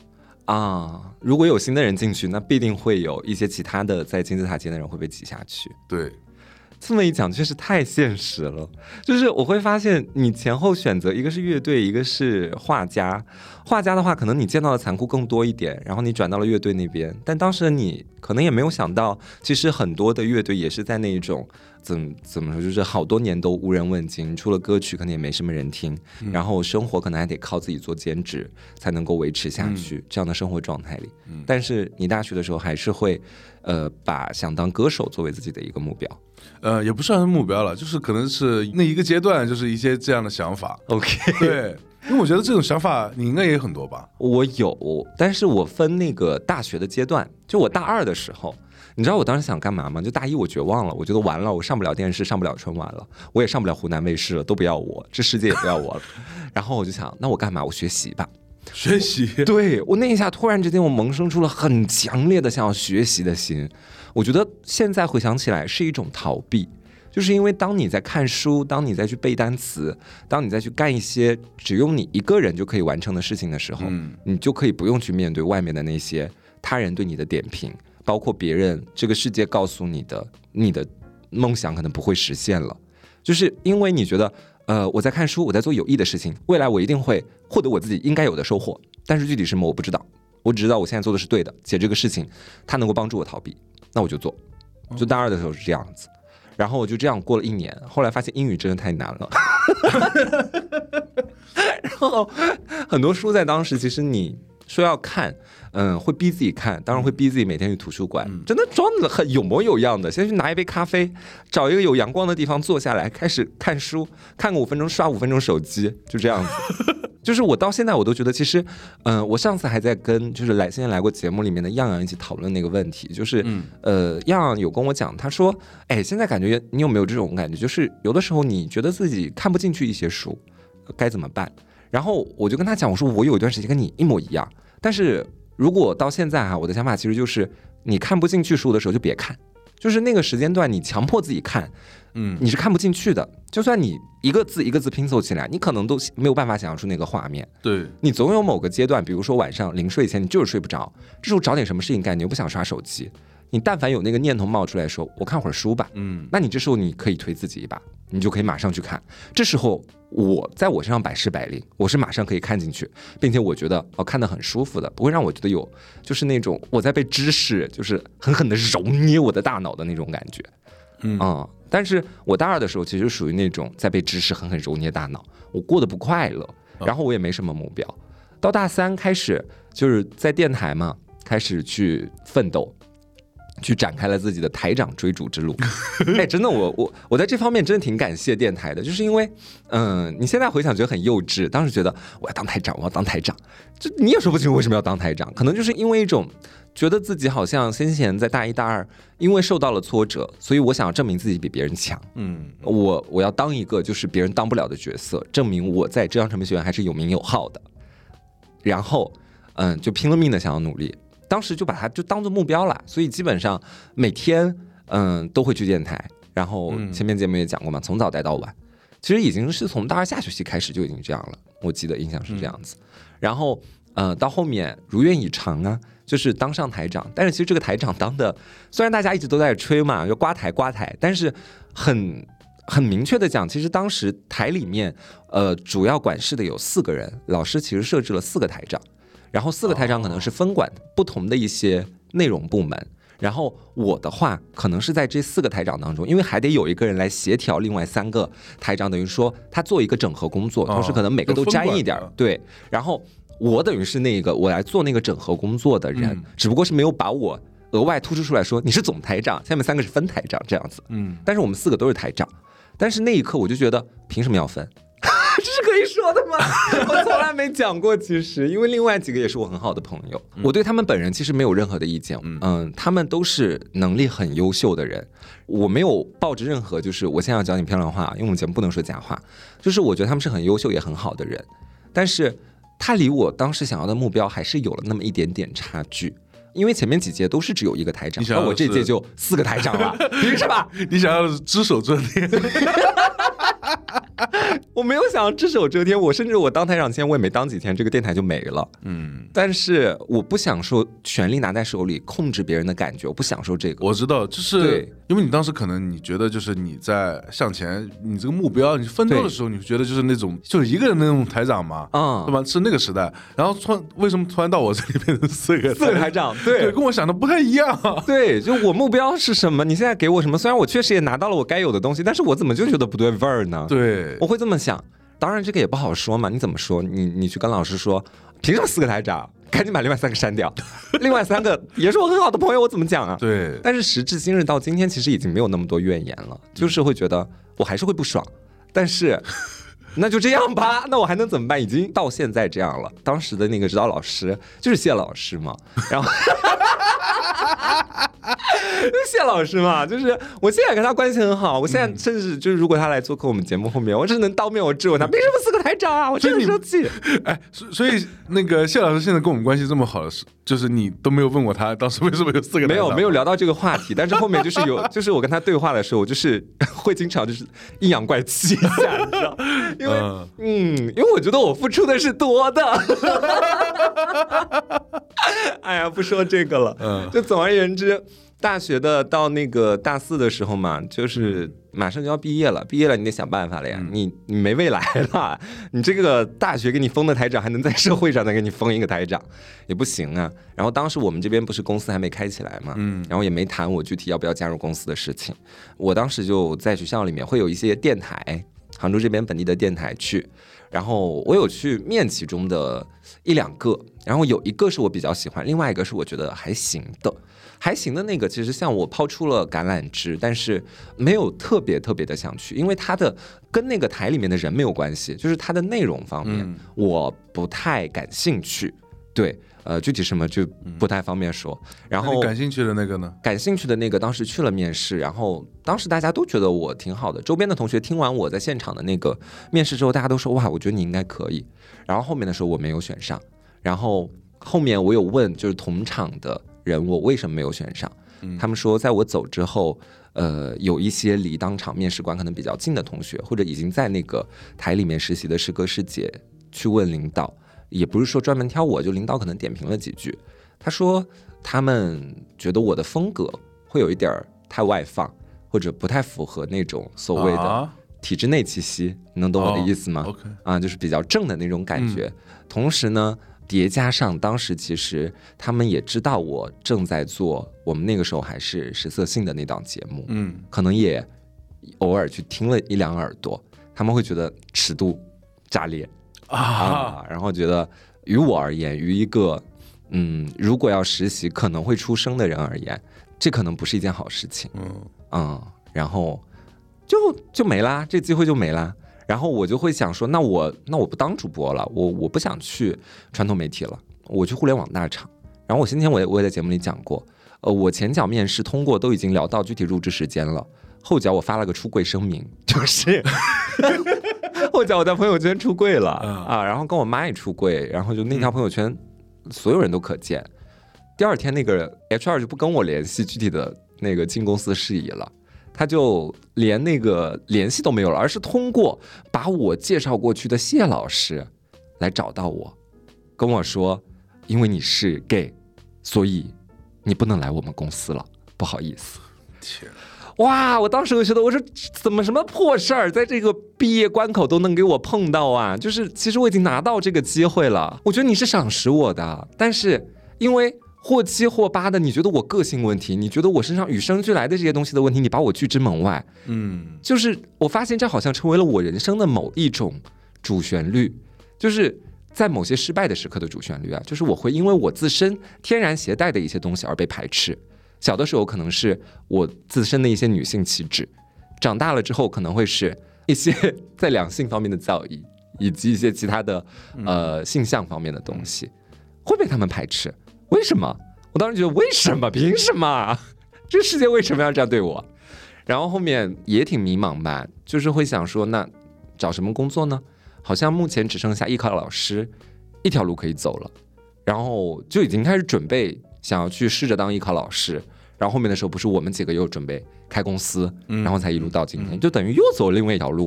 Speaker 1: 啊，如果有新的人进去，那必定会有一些其他的在金字塔尖的人会被挤下去。
Speaker 2: 对，
Speaker 1: 这么一讲确实太现实了，就是我会发现你前后选择，一个是乐队，一个是画家。画家的话可能你见到的残酷更多一点，然后你转到了乐队那边，但当时你可能也没有想到，其实很多的乐队也是在那种怎么说，就是好多年都无人问津，出了歌曲可能也没什么人听，然后生活可能还得靠自己做兼职才能够维持下去，这样的生活状态里。但是你大学的时候还是会把想当歌手作为自己的一个目标。
Speaker 2: 也不算是目标了，就是可能是那一个阶段，就是一些这样的想法。
Speaker 1: OK，
Speaker 2: 对，因为我觉得这种想法你应该也很多吧？
Speaker 1: 我有，但是我分那个大学的阶段，就我大二的时候，你知道我当时想干嘛吗？就大一我绝望了，我觉得完了，我上不了电视，上不了春晚了，我也上不了湖南卫视了，都不要我，这世界也不要我了。然后我就想，那我干嘛？我学习吧。
Speaker 2: 学习，
Speaker 1: 对，我那一下突然之间我萌生出了很强烈的想要学习的心。我觉得现在回想起来是一种逃避，就是因为当你在看书，当你在去背单词，当你在去干一些只用你一个人就可以完成的事情的时候，你就可以不用去面对外面的那些他人对你的点评，包括别人这个世界告诉你的梦想可能不会实现了，就是因为你觉得我在看书，我在做有益的事情，未来我一定会获得我自己应该有的收获，但是具体什么我不知道，我只知道我现在做的是对的，且这个事情它能够帮助我逃避，那我就做。就大二的时候是这样子，然后我就这样过了1年，后来发现英语真的太难了然后很多书在当时其实你说要看会逼自己看，当然会逼自己每天去图书馆，真的装的很有模有样的，先去拿一杯咖啡，找一个有阳光的地方坐下来，开始看书，看个5分钟，刷5分钟手机，就这样子就是我到现在我都觉得，其实我上次还在跟就是现在来过节目里面的样样一起讨论那个问题，就是样样有跟我讲，他说现在感觉你有没有这种感觉，就是有的时候你觉得自己看不进去一些书该怎么办，然后我就跟他讲，我说我有一段时间跟你一模一样，但是如果到现在我的想法其实就是你看不进去书的时候就别看，就是那个时间段你强迫自己看你是看不进去的，就算你一个字一个字拼凑起来，你可能都没有办法想象出那个画面。
Speaker 2: 对，
Speaker 1: 你总有某个阶段，比如说晚上临睡前你就是睡不着，这时候找点什么事情干，你又不想刷手机，你但凡有那个念头冒出来说我看会儿书吧，那你这时候你可以推自己一把，你就可以马上去看，这时候我在我身上百试百灵，我是马上可以看进去，并且我觉得看得很舒服的，不会让我觉得有就是那种我在被知识就是狠狠的揉捏我的大脑的那种感觉。但是我大二的时候其实属于那种在被知识狠狠揉捏大脑，我过得不快乐，然后我也没什么目标。到大3开始就是在电台嘛，开始去奋斗，去展开了自己的台长追逐之路真的我在这方面真的挺感谢电台的，就是因为你现在回想觉得很幼稚，当时觉得我要当台长，我要当台长，这你也说不清为什么要当台长，可能就是因为一种觉得自己好像先前在大1大2因为受到了挫折，所以我想要证明自己比别人强，我要当一个就是别人当不了的角色，证明我在浙江传媒学院还是有名有号的，然后就拼了命的想要努力，当时就把它就当做目标了，所以基本上每天都会去电台，然后前面节目也讲过嘛，从早待到晚，其实已经是从大2下学期开始就已经这样了，我记得印象是这样子，然后到后面如愿以偿啊，就是当上台长，但是其实这个台长当的，虽然大家一直都在吹嘛，就刮台，但是很明确的讲，其实当时台里面主要管事的有4个人，老师其实设置了4个台长，然后4个台长可能是分管不同的一些内容部门，然后我的话可能是在这4个台长当中，因为还得有一个人来协调另外3个台长，等于说他做一个整合工作，同时可能每个都沾一点，对，然后我等于是那个我来做那个整合工作的人，只不过是没有把我额外突出出来说你是总台长，下面3个是分台长这样子，但是我们4个都是台长，但是那一刻我就觉得凭什么要分这是可以说的吗？我从来没讲过，其实因为另外几个也是我很好的朋友，我对他们本人其实没有任何的意见，他们都是能力很优秀的人，我没有抱着任何就是我现在要讲你漂亮话，因为我们节目不能说假话，就是我觉得他们是很优秀也很好的人，但是他离我当时想要的目标还是有了那么一点点差距，因为前面几届都是只有1个台长，而我这届就4个台长了，凭什么？
Speaker 2: 你想要的是只手遮天
Speaker 1: 我没有想到只手遮天，甚至我当台长前我也没当几天，这个电台就没了。但是我不享受权力拿在手里控制别人的感觉，我不享受这个。
Speaker 2: 我知道，就是因为你当时可能你觉得就是你在向前，你这个目标你奋斗的时候，你觉得就是那种就是一个人的那种台长嘛，对吧？是那个时代。然后为什么突然到我这里变成四个
Speaker 1: 台长？对，
Speaker 2: 跟我想的不太一样。
Speaker 1: 对，就我目标是什么？你现在给我什么？虽然我确实也拿到了我该有的东西，但是我怎么就觉得不对味儿呢？
Speaker 2: 对，
Speaker 1: 我会这么想。当然这个也不好说嘛，你怎么说？你去跟老师说，凭什么4个台长？赶紧把另外3个删掉，另外3个也是我很好的朋友，我怎么讲啊？
Speaker 2: 对。
Speaker 1: 但是时至今日到今天，其实已经没有那么多怨言了，就是会觉得我还是会不爽，但是那就这样吧，那我还能怎么办？已经到现在这样了。当时的那个指导老师就是谢老师嘛，然后谢老师嘛，就是我现在跟他关系很好，我现在甚至就是如果他来做客我们节目后面，我只能当面我质问他，凭什么4个台长啊？我真的生气。
Speaker 2: 哎，所以那个谢老师现在跟我们关系这么好的是，就是你都没有问过他当时为什么有4个台长？
Speaker 1: 没有聊到这个话题，但是后面就是就是我跟他对话的时候，我就是会经常就是阴阳怪气一下，你知道？因为我觉得我付出的是多的。哎呀，不说这个了。就总而言之，大学的到那个大4的时候嘛，就是马上就要毕业了，你得想办法了呀。你没未来了，你这个大学给你封的台长还能在社会上再给你封一个台长也不行啊。然后当时我们这边不是公司还没开起来嘛，然后也没谈我具体要不要加入公司的事情。我当时就在学校里面会有一些电台，杭州这边本地的电台去，然后我有去面其中的1、2个，然后有一个是我比较喜欢，另外一个是我觉得还行的那个，其实像我抛出了橄榄枝，但是没有特别的想去，因为它的跟那个台里面的人没有关系，就是它的内容方面我不太感兴趣。对，具体什么就不太方便说。然后
Speaker 2: 你感兴趣的那个呢？
Speaker 1: 感兴趣的那个当时去了面试，然后当时大家都觉得我挺好的，周边的同学听完我在现场的那个面试之后，大家都说哇，我觉得你应该可以。然后后面的时候我没有选上，然后后面我有问就是同场的人我为什么没有选上，他们说在我走之后，有一些离当场面试官可能比较近的同学，或者已经在那个台里面实习的师哥师姐去问领导。也不是说专门挑我，就领导可能点评了几句，他说他们觉得我的风格会有一点太外放，或者不太符合那种所谓的体制内气息，你能懂我的意思吗？就是比较正的那种感觉。同时呢，叠加上当时其实他们也知道我正在做我们那个时候还是食色性的那档节目，可能也偶尔去听了1、2耳朵，他们会觉得尺度炸裂。然后觉得于我而言，于一个如果要实习可能会出生的人而言，这可能不是一件好事情。然后就没啦，这机会就没啦。然后我就会想说，那我不当主播了，我不想去传统媒体了，我去互联网大厂。然后我今天我也在节目里讲过，我前脚面试通过都已经聊到具体入职时间了，后脚我发了个出柜声明，就是后脚我在朋友圈出柜了然后跟我妈也出柜，然后就那条朋友圈所有人都可见。第2天那个 HR 就不跟我联系具体的那个进公司事宜了，他就连那个联系都没有了，而是通过把我介绍过去的谢老师来找到我，跟我说因为你是 gay， 所以你不能来我们公司了，不好意思。
Speaker 2: 天，
Speaker 1: 哇！我当时就觉得，我说怎么什么破事儿，在这个毕业关口都能给我碰到啊！就是其实我已经拿到这个机会了，我觉得你是赏识我的，但是因为或7或8的，你觉得我个性问题，你觉得我身上与生俱来的这些东西的问题，你把我拒之门外。就是我发现这好像成为了我人生的某一种主旋律，就是在某些失败的时刻的主旋律啊，就是我会因为我自身天然携带的一些东西而被排斥。小的时候可能是我自身的一些女性气质，长大了之后可能会是一些在两性方面的造诣，以及一些其他的性向方面的东西，会被他们排斥。为什么？我当时觉得为什么？凭什么？这世界为什么要这样对我？然后后面也挺迷茫吧，就是会想说，那找什么工作呢？好像目前只剩下艺考老师一条路可以走了，然后就已经开始准备想要去试着当艺考老师。然后后面的时候不是我们几个又准备开公司，然后才一路到今天，就等于又走另外一条路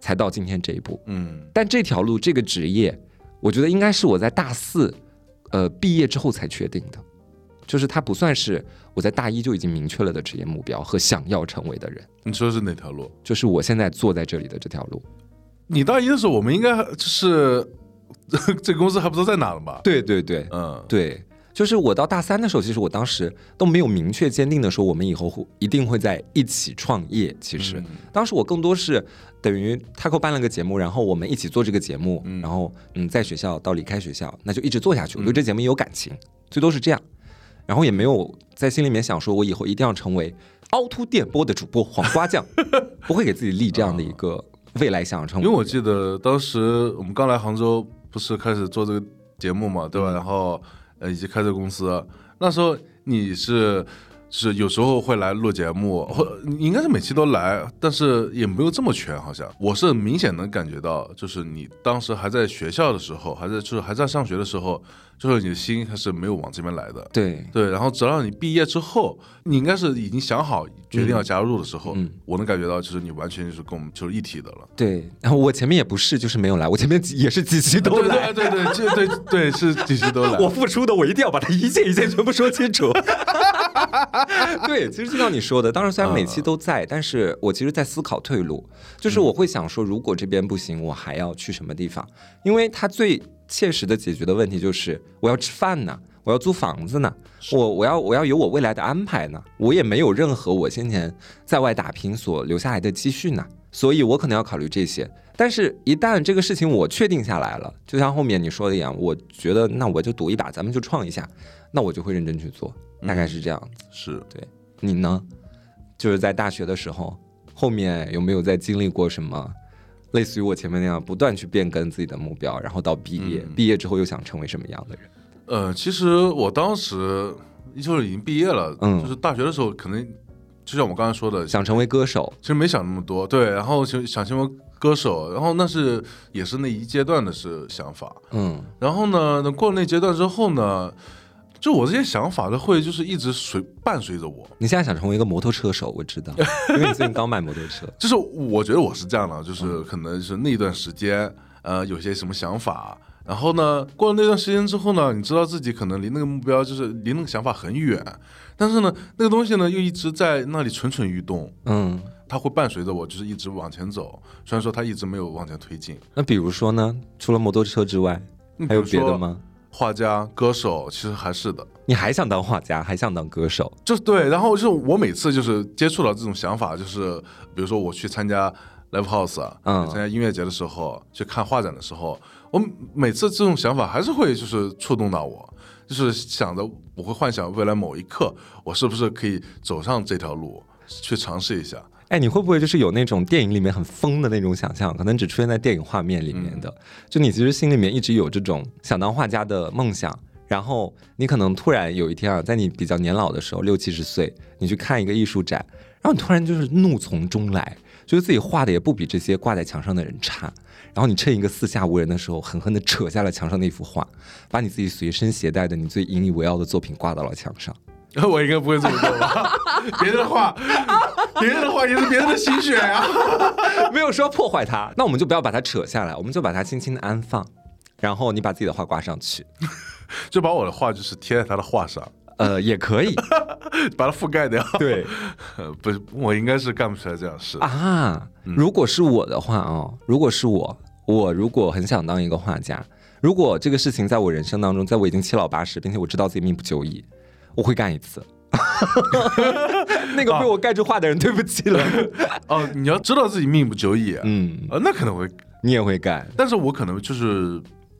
Speaker 1: 才到今天这一步。但这条路这个职业，我觉得应该是我在大4毕业之后才确定的，就是它不算是我在大1就已经明确了的职业目标和想要成为的人。
Speaker 2: 你说是哪条路？
Speaker 1: 就是我现在坐在这里的这条路。
Speaker 2: 你大1的时候，我们应该就是这个公司还不知道在哪了吧？
Speaker 1: 对对对，对。就是我到大3的时候，其实我当时都没有明确坚定的说我们以后一定会在一起创业。其实当时我更多是等于 Taco 办了个节目，然后我们一起做这个节目，然后在学校到离开学校，那就一直做下去。我对这节目也有感情，最多是这样，然后也没有在心里面想说我以后一定要成为凹凸电波的主播黄瓜酱，不会给自己立这样的一个未来想成为。
Speaker 2: 因为我记得当时我们刚来杭州，不是开始做这个节目嘛，对吧？然后以及开这个公司，那时候你就是有时候会来录节目，应该是每期都来，但是也没有这么全，好像我是明显能感觉到，就是你当时还在学校的时候，还在上学的时候，就是你的心还是没有往这边来的。
Speaker 1: 对，
Speaker 2: 然后直到你毕业之后，你应该是已经想好决定要加入的时候，我能感觉到就是你完全就是跟我们就是一体的了。
Speaker 1: 对，然后我前面也不是就是没有来，我前面也是几期都来。
Speaker 2: 对，是几期都来。
Speaker 1: 我付出的我一定要把它一件一件全部说清楚。对，其实就像你说的，当时虽然每期都在，但是我其实在思考退路，就是我会想说，如果这边不行，我还要去什么地方？因为它最切实的解决的问题就是我要吃饭呢，我要租房子呢，我要有我未来的安排呢，我也没有任何我先前在外打拼所留下来的积蓄呢，所以我可能要考虑这些。但是一旦这个事情我确定下来了，就像后面你说的一样，我觉得那我就赌一把，咱们就创一下，那我就会认真去做，大概是这样子。
Speaker 2: 是，
Speaker 1: 对。你呢？就是在大学的时候，后面有没有在经历过什么类似于我前面那样不断去变更自己的目标，然后到毕业，毕业之后又想成为什么样的人？
Speaker 2: 其实我当时就是已经毕业了，就是大学的时候可能就像我刚才说的，
Speaker 1: 想成为歌手，
Speaker 2: 其实没想那么多，对，然后想成为歌手，然后那是也是那一阶段的想法，然后呢，过了那阶段之后呢，就我这些想法都会就是一直伴随着我。
Speaker 1: 你现在想成为一个摩托车手，我知道，因为你最近刚买摩托车。
Speaker 2: 就是我觉得我是这样的，就是可能是那段时间，有些什么想法，然后呢，过了那段时间之后呢，你知道自己可能离那个目标就是离那个想法很远，但是呢，那个东西呢又一直在那里蠢蠢欲动，它会伴随着我，就是一直往前走。虽然说它一直没有往前推进。
Speaker 1: 那比如说呢？除了摩托车之外，还有别的吗？
Speaker 2: 画家、歌手，其实还是的。
Speaker 1: 你还想当画家，还想当歌手？
Speaker 2: 就是对。然后就是我每次就是接触到这种想法，就是比如说我去参加 live house，参加音乐节的时候，去看画展的时候，我每次这种想法还是会就是触动到我，就是想着我会幻想未来某一刻，我是不是可以走上这条路，去尝试一下。
Speaker 1: 哎，你会不会就是有那种电影里面很疯的那种想象，可能只出现在电影画面里面的，就你其实心里面一直有这种想当画家的梦想，然后你可能突然有一天啊，在你比较年老的时候，60、70岁，你去看一个艺术展，然后你突然就是怒从中来，觉得自己画的也不比这些挂在墙上的人差，然后你趁一个四下无人的时候，狠狠地扯下了墙上那幅画，把你自己随身携带的你最引以为傲的作品挂到了墙上。
Speaker 2: 我应该不会这么做吧？别人的话也是别人的心血啊，
Speaker 1: 没有说破坏它。那我们就不要把它扯下来，我们就把它轻轻的安放，然后你把自己的画挂上去，
Speaker 2: 就把我的画就是贴在他的画上。
Speaker 1: 也可以
Speaker 2: 把它覆盖掉。
Speaker 1: 对，
Speaker 2: 不是，我应该是干不出来这样事
Speaker 1: 啊。如果是我的话如果是我如果很想当一个画家，如果这个事情在我人生当中，在我已经7老80，并且我知道自己命不久矣，我会干一次。那个被我盖住画的人，对不起了。
Speaker 2: 你要知道自己命不久矣，那可能会，
Speaker 1: 你也会干，
Speaker 2: 但是我可能就是，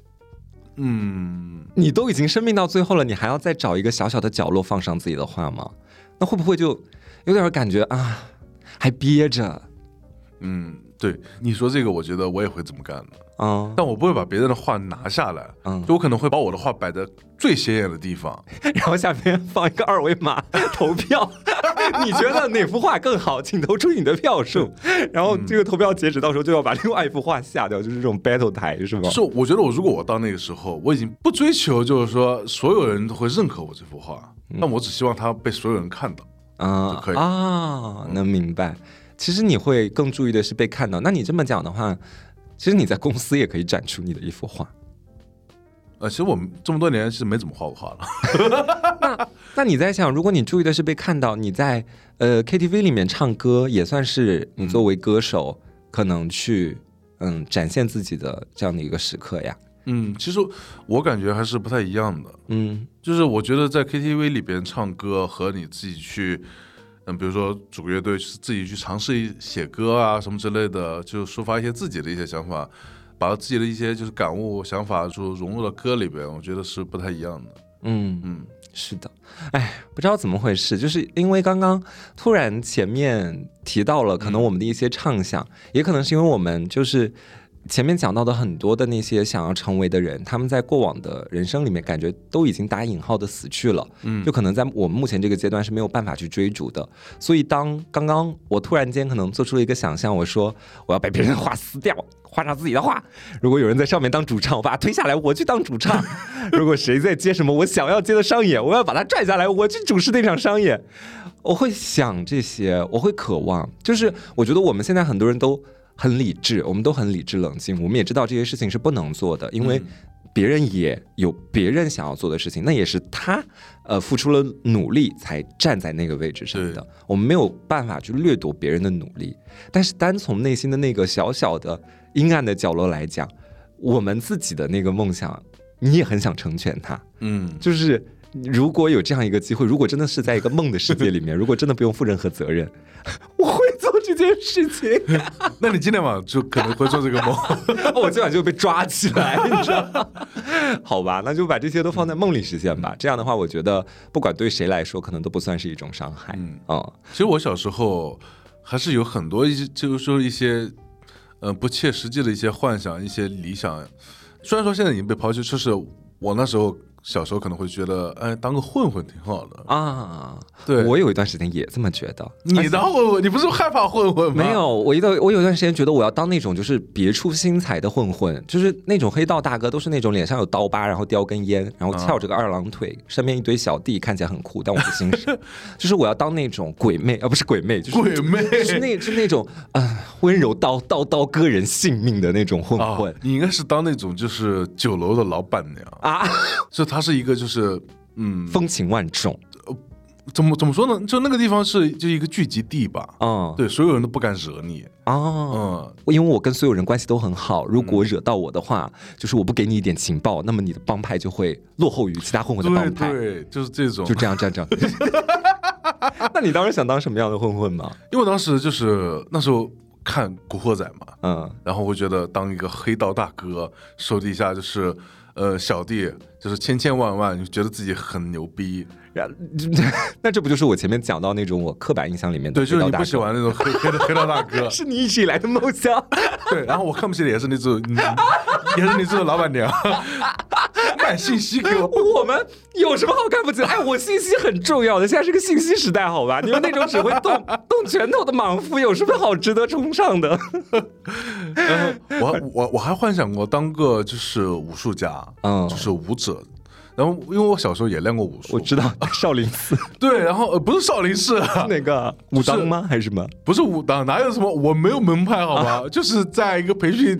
Speaker 1: 你都已经生命到最后了，你还要再找一个小小的角落放上自己的画吗？那会不会就有点感觉啊，还憋着？
Speaker 2: 对，你说这个，我觉得我也会这么干的。但我不会把别人的画拿下来，就我可能会把我的画摆在最显眼的地方，
Speaker 1: 然后下面放一个2维码投票，你觉得哪幅画更好，请投出你的票数。然后这个投票截止到时候就要把另外一幅画下掉，就是这种 battle 台，是吗？
Speaker 2: 是，我觉得如果我到那个时候，我已经不追求就是说所有人都会认可我这幅画，但我只希望它被所有人看到就可以
Speaker 1: 能明白。 其实你会更注意的是被看到。那你这么讲的话，其实你在公司也可以展出你的一幅画。
Speaker 2: 其实我们这么多年是没怎么画过画了。
Speaker 1: 那你在想，如果你注意的是被看到，你在KTV 里面唱歌，也算是你作为歌手可能去展现自己的这样的一个时刻呀。
Speaker 2: 其实我感觉还是不太一样的。就是我觉得在 KTV 里边唱歌和你自己去，比如说组个乐队，自己去尝试写歌啊什么之类的，就抒发一些自己的一些想法。把自己的一些就是感悟、想法就融入到歌里边，我觉得是不太一样的。
Speaker 1: 是的。不知道怎么回事，就是因为刚刚突然前面提到了可能我们的一些畅想，也可能是因为我们就是前面讲到的很多的那些想要成为的人，他们在过往的人生里面感觉都已经打引号的死去了，就可能在我们目前这个阶段是没有办法去追逐的。所以当刚刚我突然间可能做出了一个想象，我说我要把别人的画撕掉，画上自己的画，如果有人在上面当主唱，我把他推下来，我去当主唱。如果谁在接什么我想要接的商演，我要把他拽下来，我去主持那场商演。我会想这些，我会渴望，就是我觉得我们现在很多人都很理智，我们都很理智冷静，我们也知道这些事情是不能做的，因为别人也有别人想要做的事情，那也是他付出了努力才站在那个位置上的，我们没有办法去掠夺别人的努力。但是单从内心的那个小小的阴暗的角落来讲，我们自己的那个梦想你也很想成全它。就是如果有这样一个机会，如果真的是在一个梦的世界里面，如果真的不用负任何责任，我会做这件事情。
Speaker 2: 那你今天晚上就可能会做这个梦。
Speaker 1: 我今晚就被抓起来，你知道吗？好吧，那就把这些都放在梦里实现吧。这样的话，我觉得不管对谁来说，可能都不算是一种伤害。
Speaker 2: 其实我小时候还是有很多就是说一些不切实际的一些幻想、一些理想。虽然说现在已经被抛弃，就是我那时候小时候可能会觉得，当个混混挺好的啊。对，
Speaker 1: 我有一段时间也这么觉得。
Speaker 2: 你当混混，你不是害怕混混吗？
Speaker 1: 没有，我有一段时间觉得我要当那种就是别出心裁的混混，就是那种黑道大哥，都是那种脸上有刀疤，然后叼根烟，然后翘着个二郎腿，身边一堆小弟，看起来很酷，但我不欣赏。就是我要当那种鬼魅，不是鬼魅，就是
Speaker 2: 鬼魅，
Speaker 1: 是那种温柔刀割人性命的那种混混。
Speaker 2: 你应该是当那种就是酒楼的老板娘啊，就他是一个就是
Speaker 1: 风情万种。
Speaker 2: 怎么说呢？就那个地方是就一个聚集地吧。对，所有人都不敢惹你。
Speaker 1: 因为我跟所有人关系都很好，如果惹到我的话，就是我不给你一点情报，那么你的帮派就会落后于其他混混的帮派。
Speaker 2: 对，就是这种，
Speaker 1: 就这样。那你当时想当什么样的混混吗？
Speaker 2: 因为我当时就是那时候看《古惑仔》嘛，然后我觉得当一个黑道大哥，手底下就是小弟就是千万，就觉得自己很牛逼。
Speaker 1: 那这不就是我前面讲到那种我刻板印象里面的
Speaker 2: 对，就是你不喜欢那种黑道大哥，
Speaker 1: 是你一直以来的梦想。
Speaker 2: 对，然后我看不起的也是你这种老板娘，买信息给我。
Speaker 1: 我们有什么好看不起的？我信息很重要的，现在是个信息时代，好吧？你们那种只会动拳头的莽夫，有什么好值得崇尚的？
Speaker 2: 我还幻想过当个就是武术家，就是武者。然后，因为我小时候也练过武术，
Speaker 1: 我知道少林寺。
Speaker 2: 对，然后不是少林寺，
Speaker 1: 那个武当吗？还是什么？
Speaker 2: 不是武当，哪有什么？我没有门派，好吧？就是在一个培训。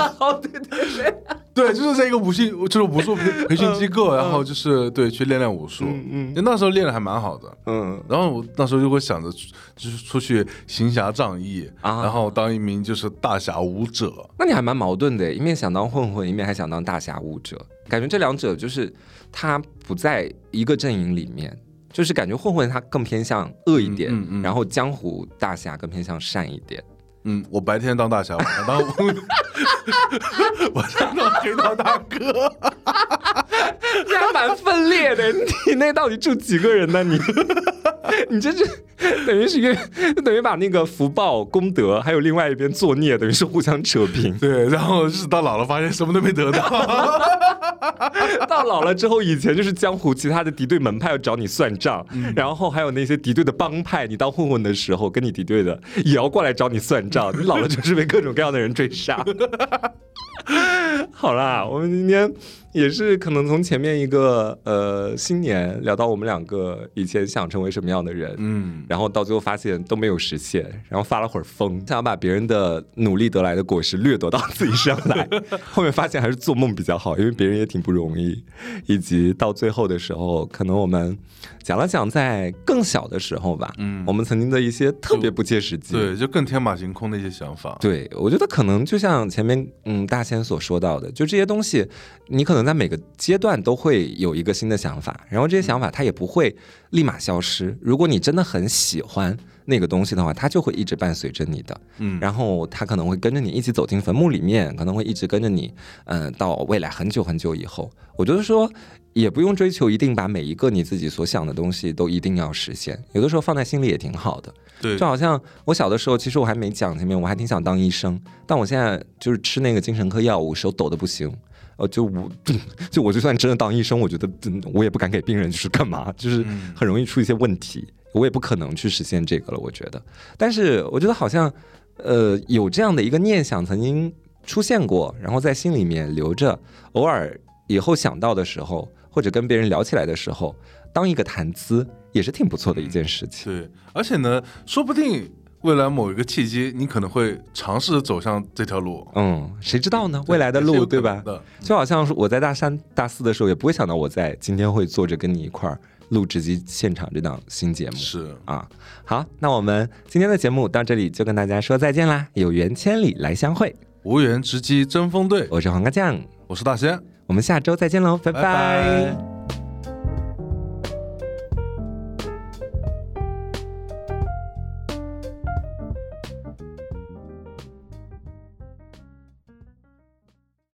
Speaker 2: 对，就是在一个武术培训机构，然后就是对去练武术。那时候练的还蛮好的。然后我那时候就会想着，就是出去行侠仗义，然后当一名就是大侠武者。
Speaker 1: 那你还蛮矛盾的，一面想当混混，一面还想当大侠武者。感觉这两者就是他不在一个阵营里面，就是感觉混混他更偏向恶一点，然后江湖大侠更偏向善一点。
Speaker 2: 我白天当大侠，我当黑道大哥。
Speaker 1: 你还蛮分裂的，你那到底住几个人呢？你这是等于把那个福报功德还有另外一边作孽，等于是互相扯平。
Speaker 2: 对，然后是到老了发现什么都没得到。
Speaker 1: 到老了之后，以前就是江湖其他的敌对门派要找你算账，然后还有那些敌对的帮派，你当混混的时候跟你敌对的也要过来找你算账。你老了就是被各种各样的人追杀。好啦，我们今天也是可能从前面一个新年聊到我们两个以前想成为什么样的人，然后到最后发现都没有实现，然后发了会儿疯，想要把别人的努力得来的果实掠夺到自己身上来，后面发现还是做梦比较好，因为别人也挺不容易，以及到最后的时候，可能我们讲了讲在更小的时候吧，我们曾经的一些特别不切实际，
Speaker 2: 对，就更天马行空的一些想法。
Speaker 1: 对，我觉得可能就像前面大仙所说到的，就这些东西，你可能在每个阶段都会有一个新的想法，然后这些想法它也不会立马消失。如果你真的很喜欢那个东西的话，它就会一直伴随着你的，然后它可能会跟着你一起走进坟墓里面，可能会一直跟着你，到未来很久很久以后。我觉得说也不用追求一定把每一个你自己所想的东西都一定要实现，有的时候放在心里也挺好的。
Speaker 2: 对，
Speaker 1: 就好像我小的时候，其实我还没讲前面，我还挺想当医生，但我现在就是吃那个精神科药物，手抖得不行。我就算真的当医生，我觉得我也不敢给病人就是干嘛，就是很容易出一些问题，我也不可能去实现这个了，我觉得。但是我觉得好像有这样的一个念想曾经出现过，然后在心里面留着，偶尔以后想到的时候，或者跟别人聊起来的时候，当一个谈资也是挺不错的一件事情。
Speaker 2: 对，而且呢，说不定未来某一个契机，你可能会尝试走向这条路。
Speaker 1: 谁知道呢？未来的路，对吧？就好像我在大3、大4的时候，也不会想到我在今天会坐着跟你一块儿录直击现场这档新节目。
Speaker 2: 是
Speaker 1: 啊，好，那我们今天的节目到这里就跟大家说再见啦！有缘千里来相会，
Speaker 2: 无缘直击争锋队。
Speaker 1: 我是黄瓜酱，
Speaker 2: 我是大仙，
Speaker 1: 我们下周再见喽，拜拜。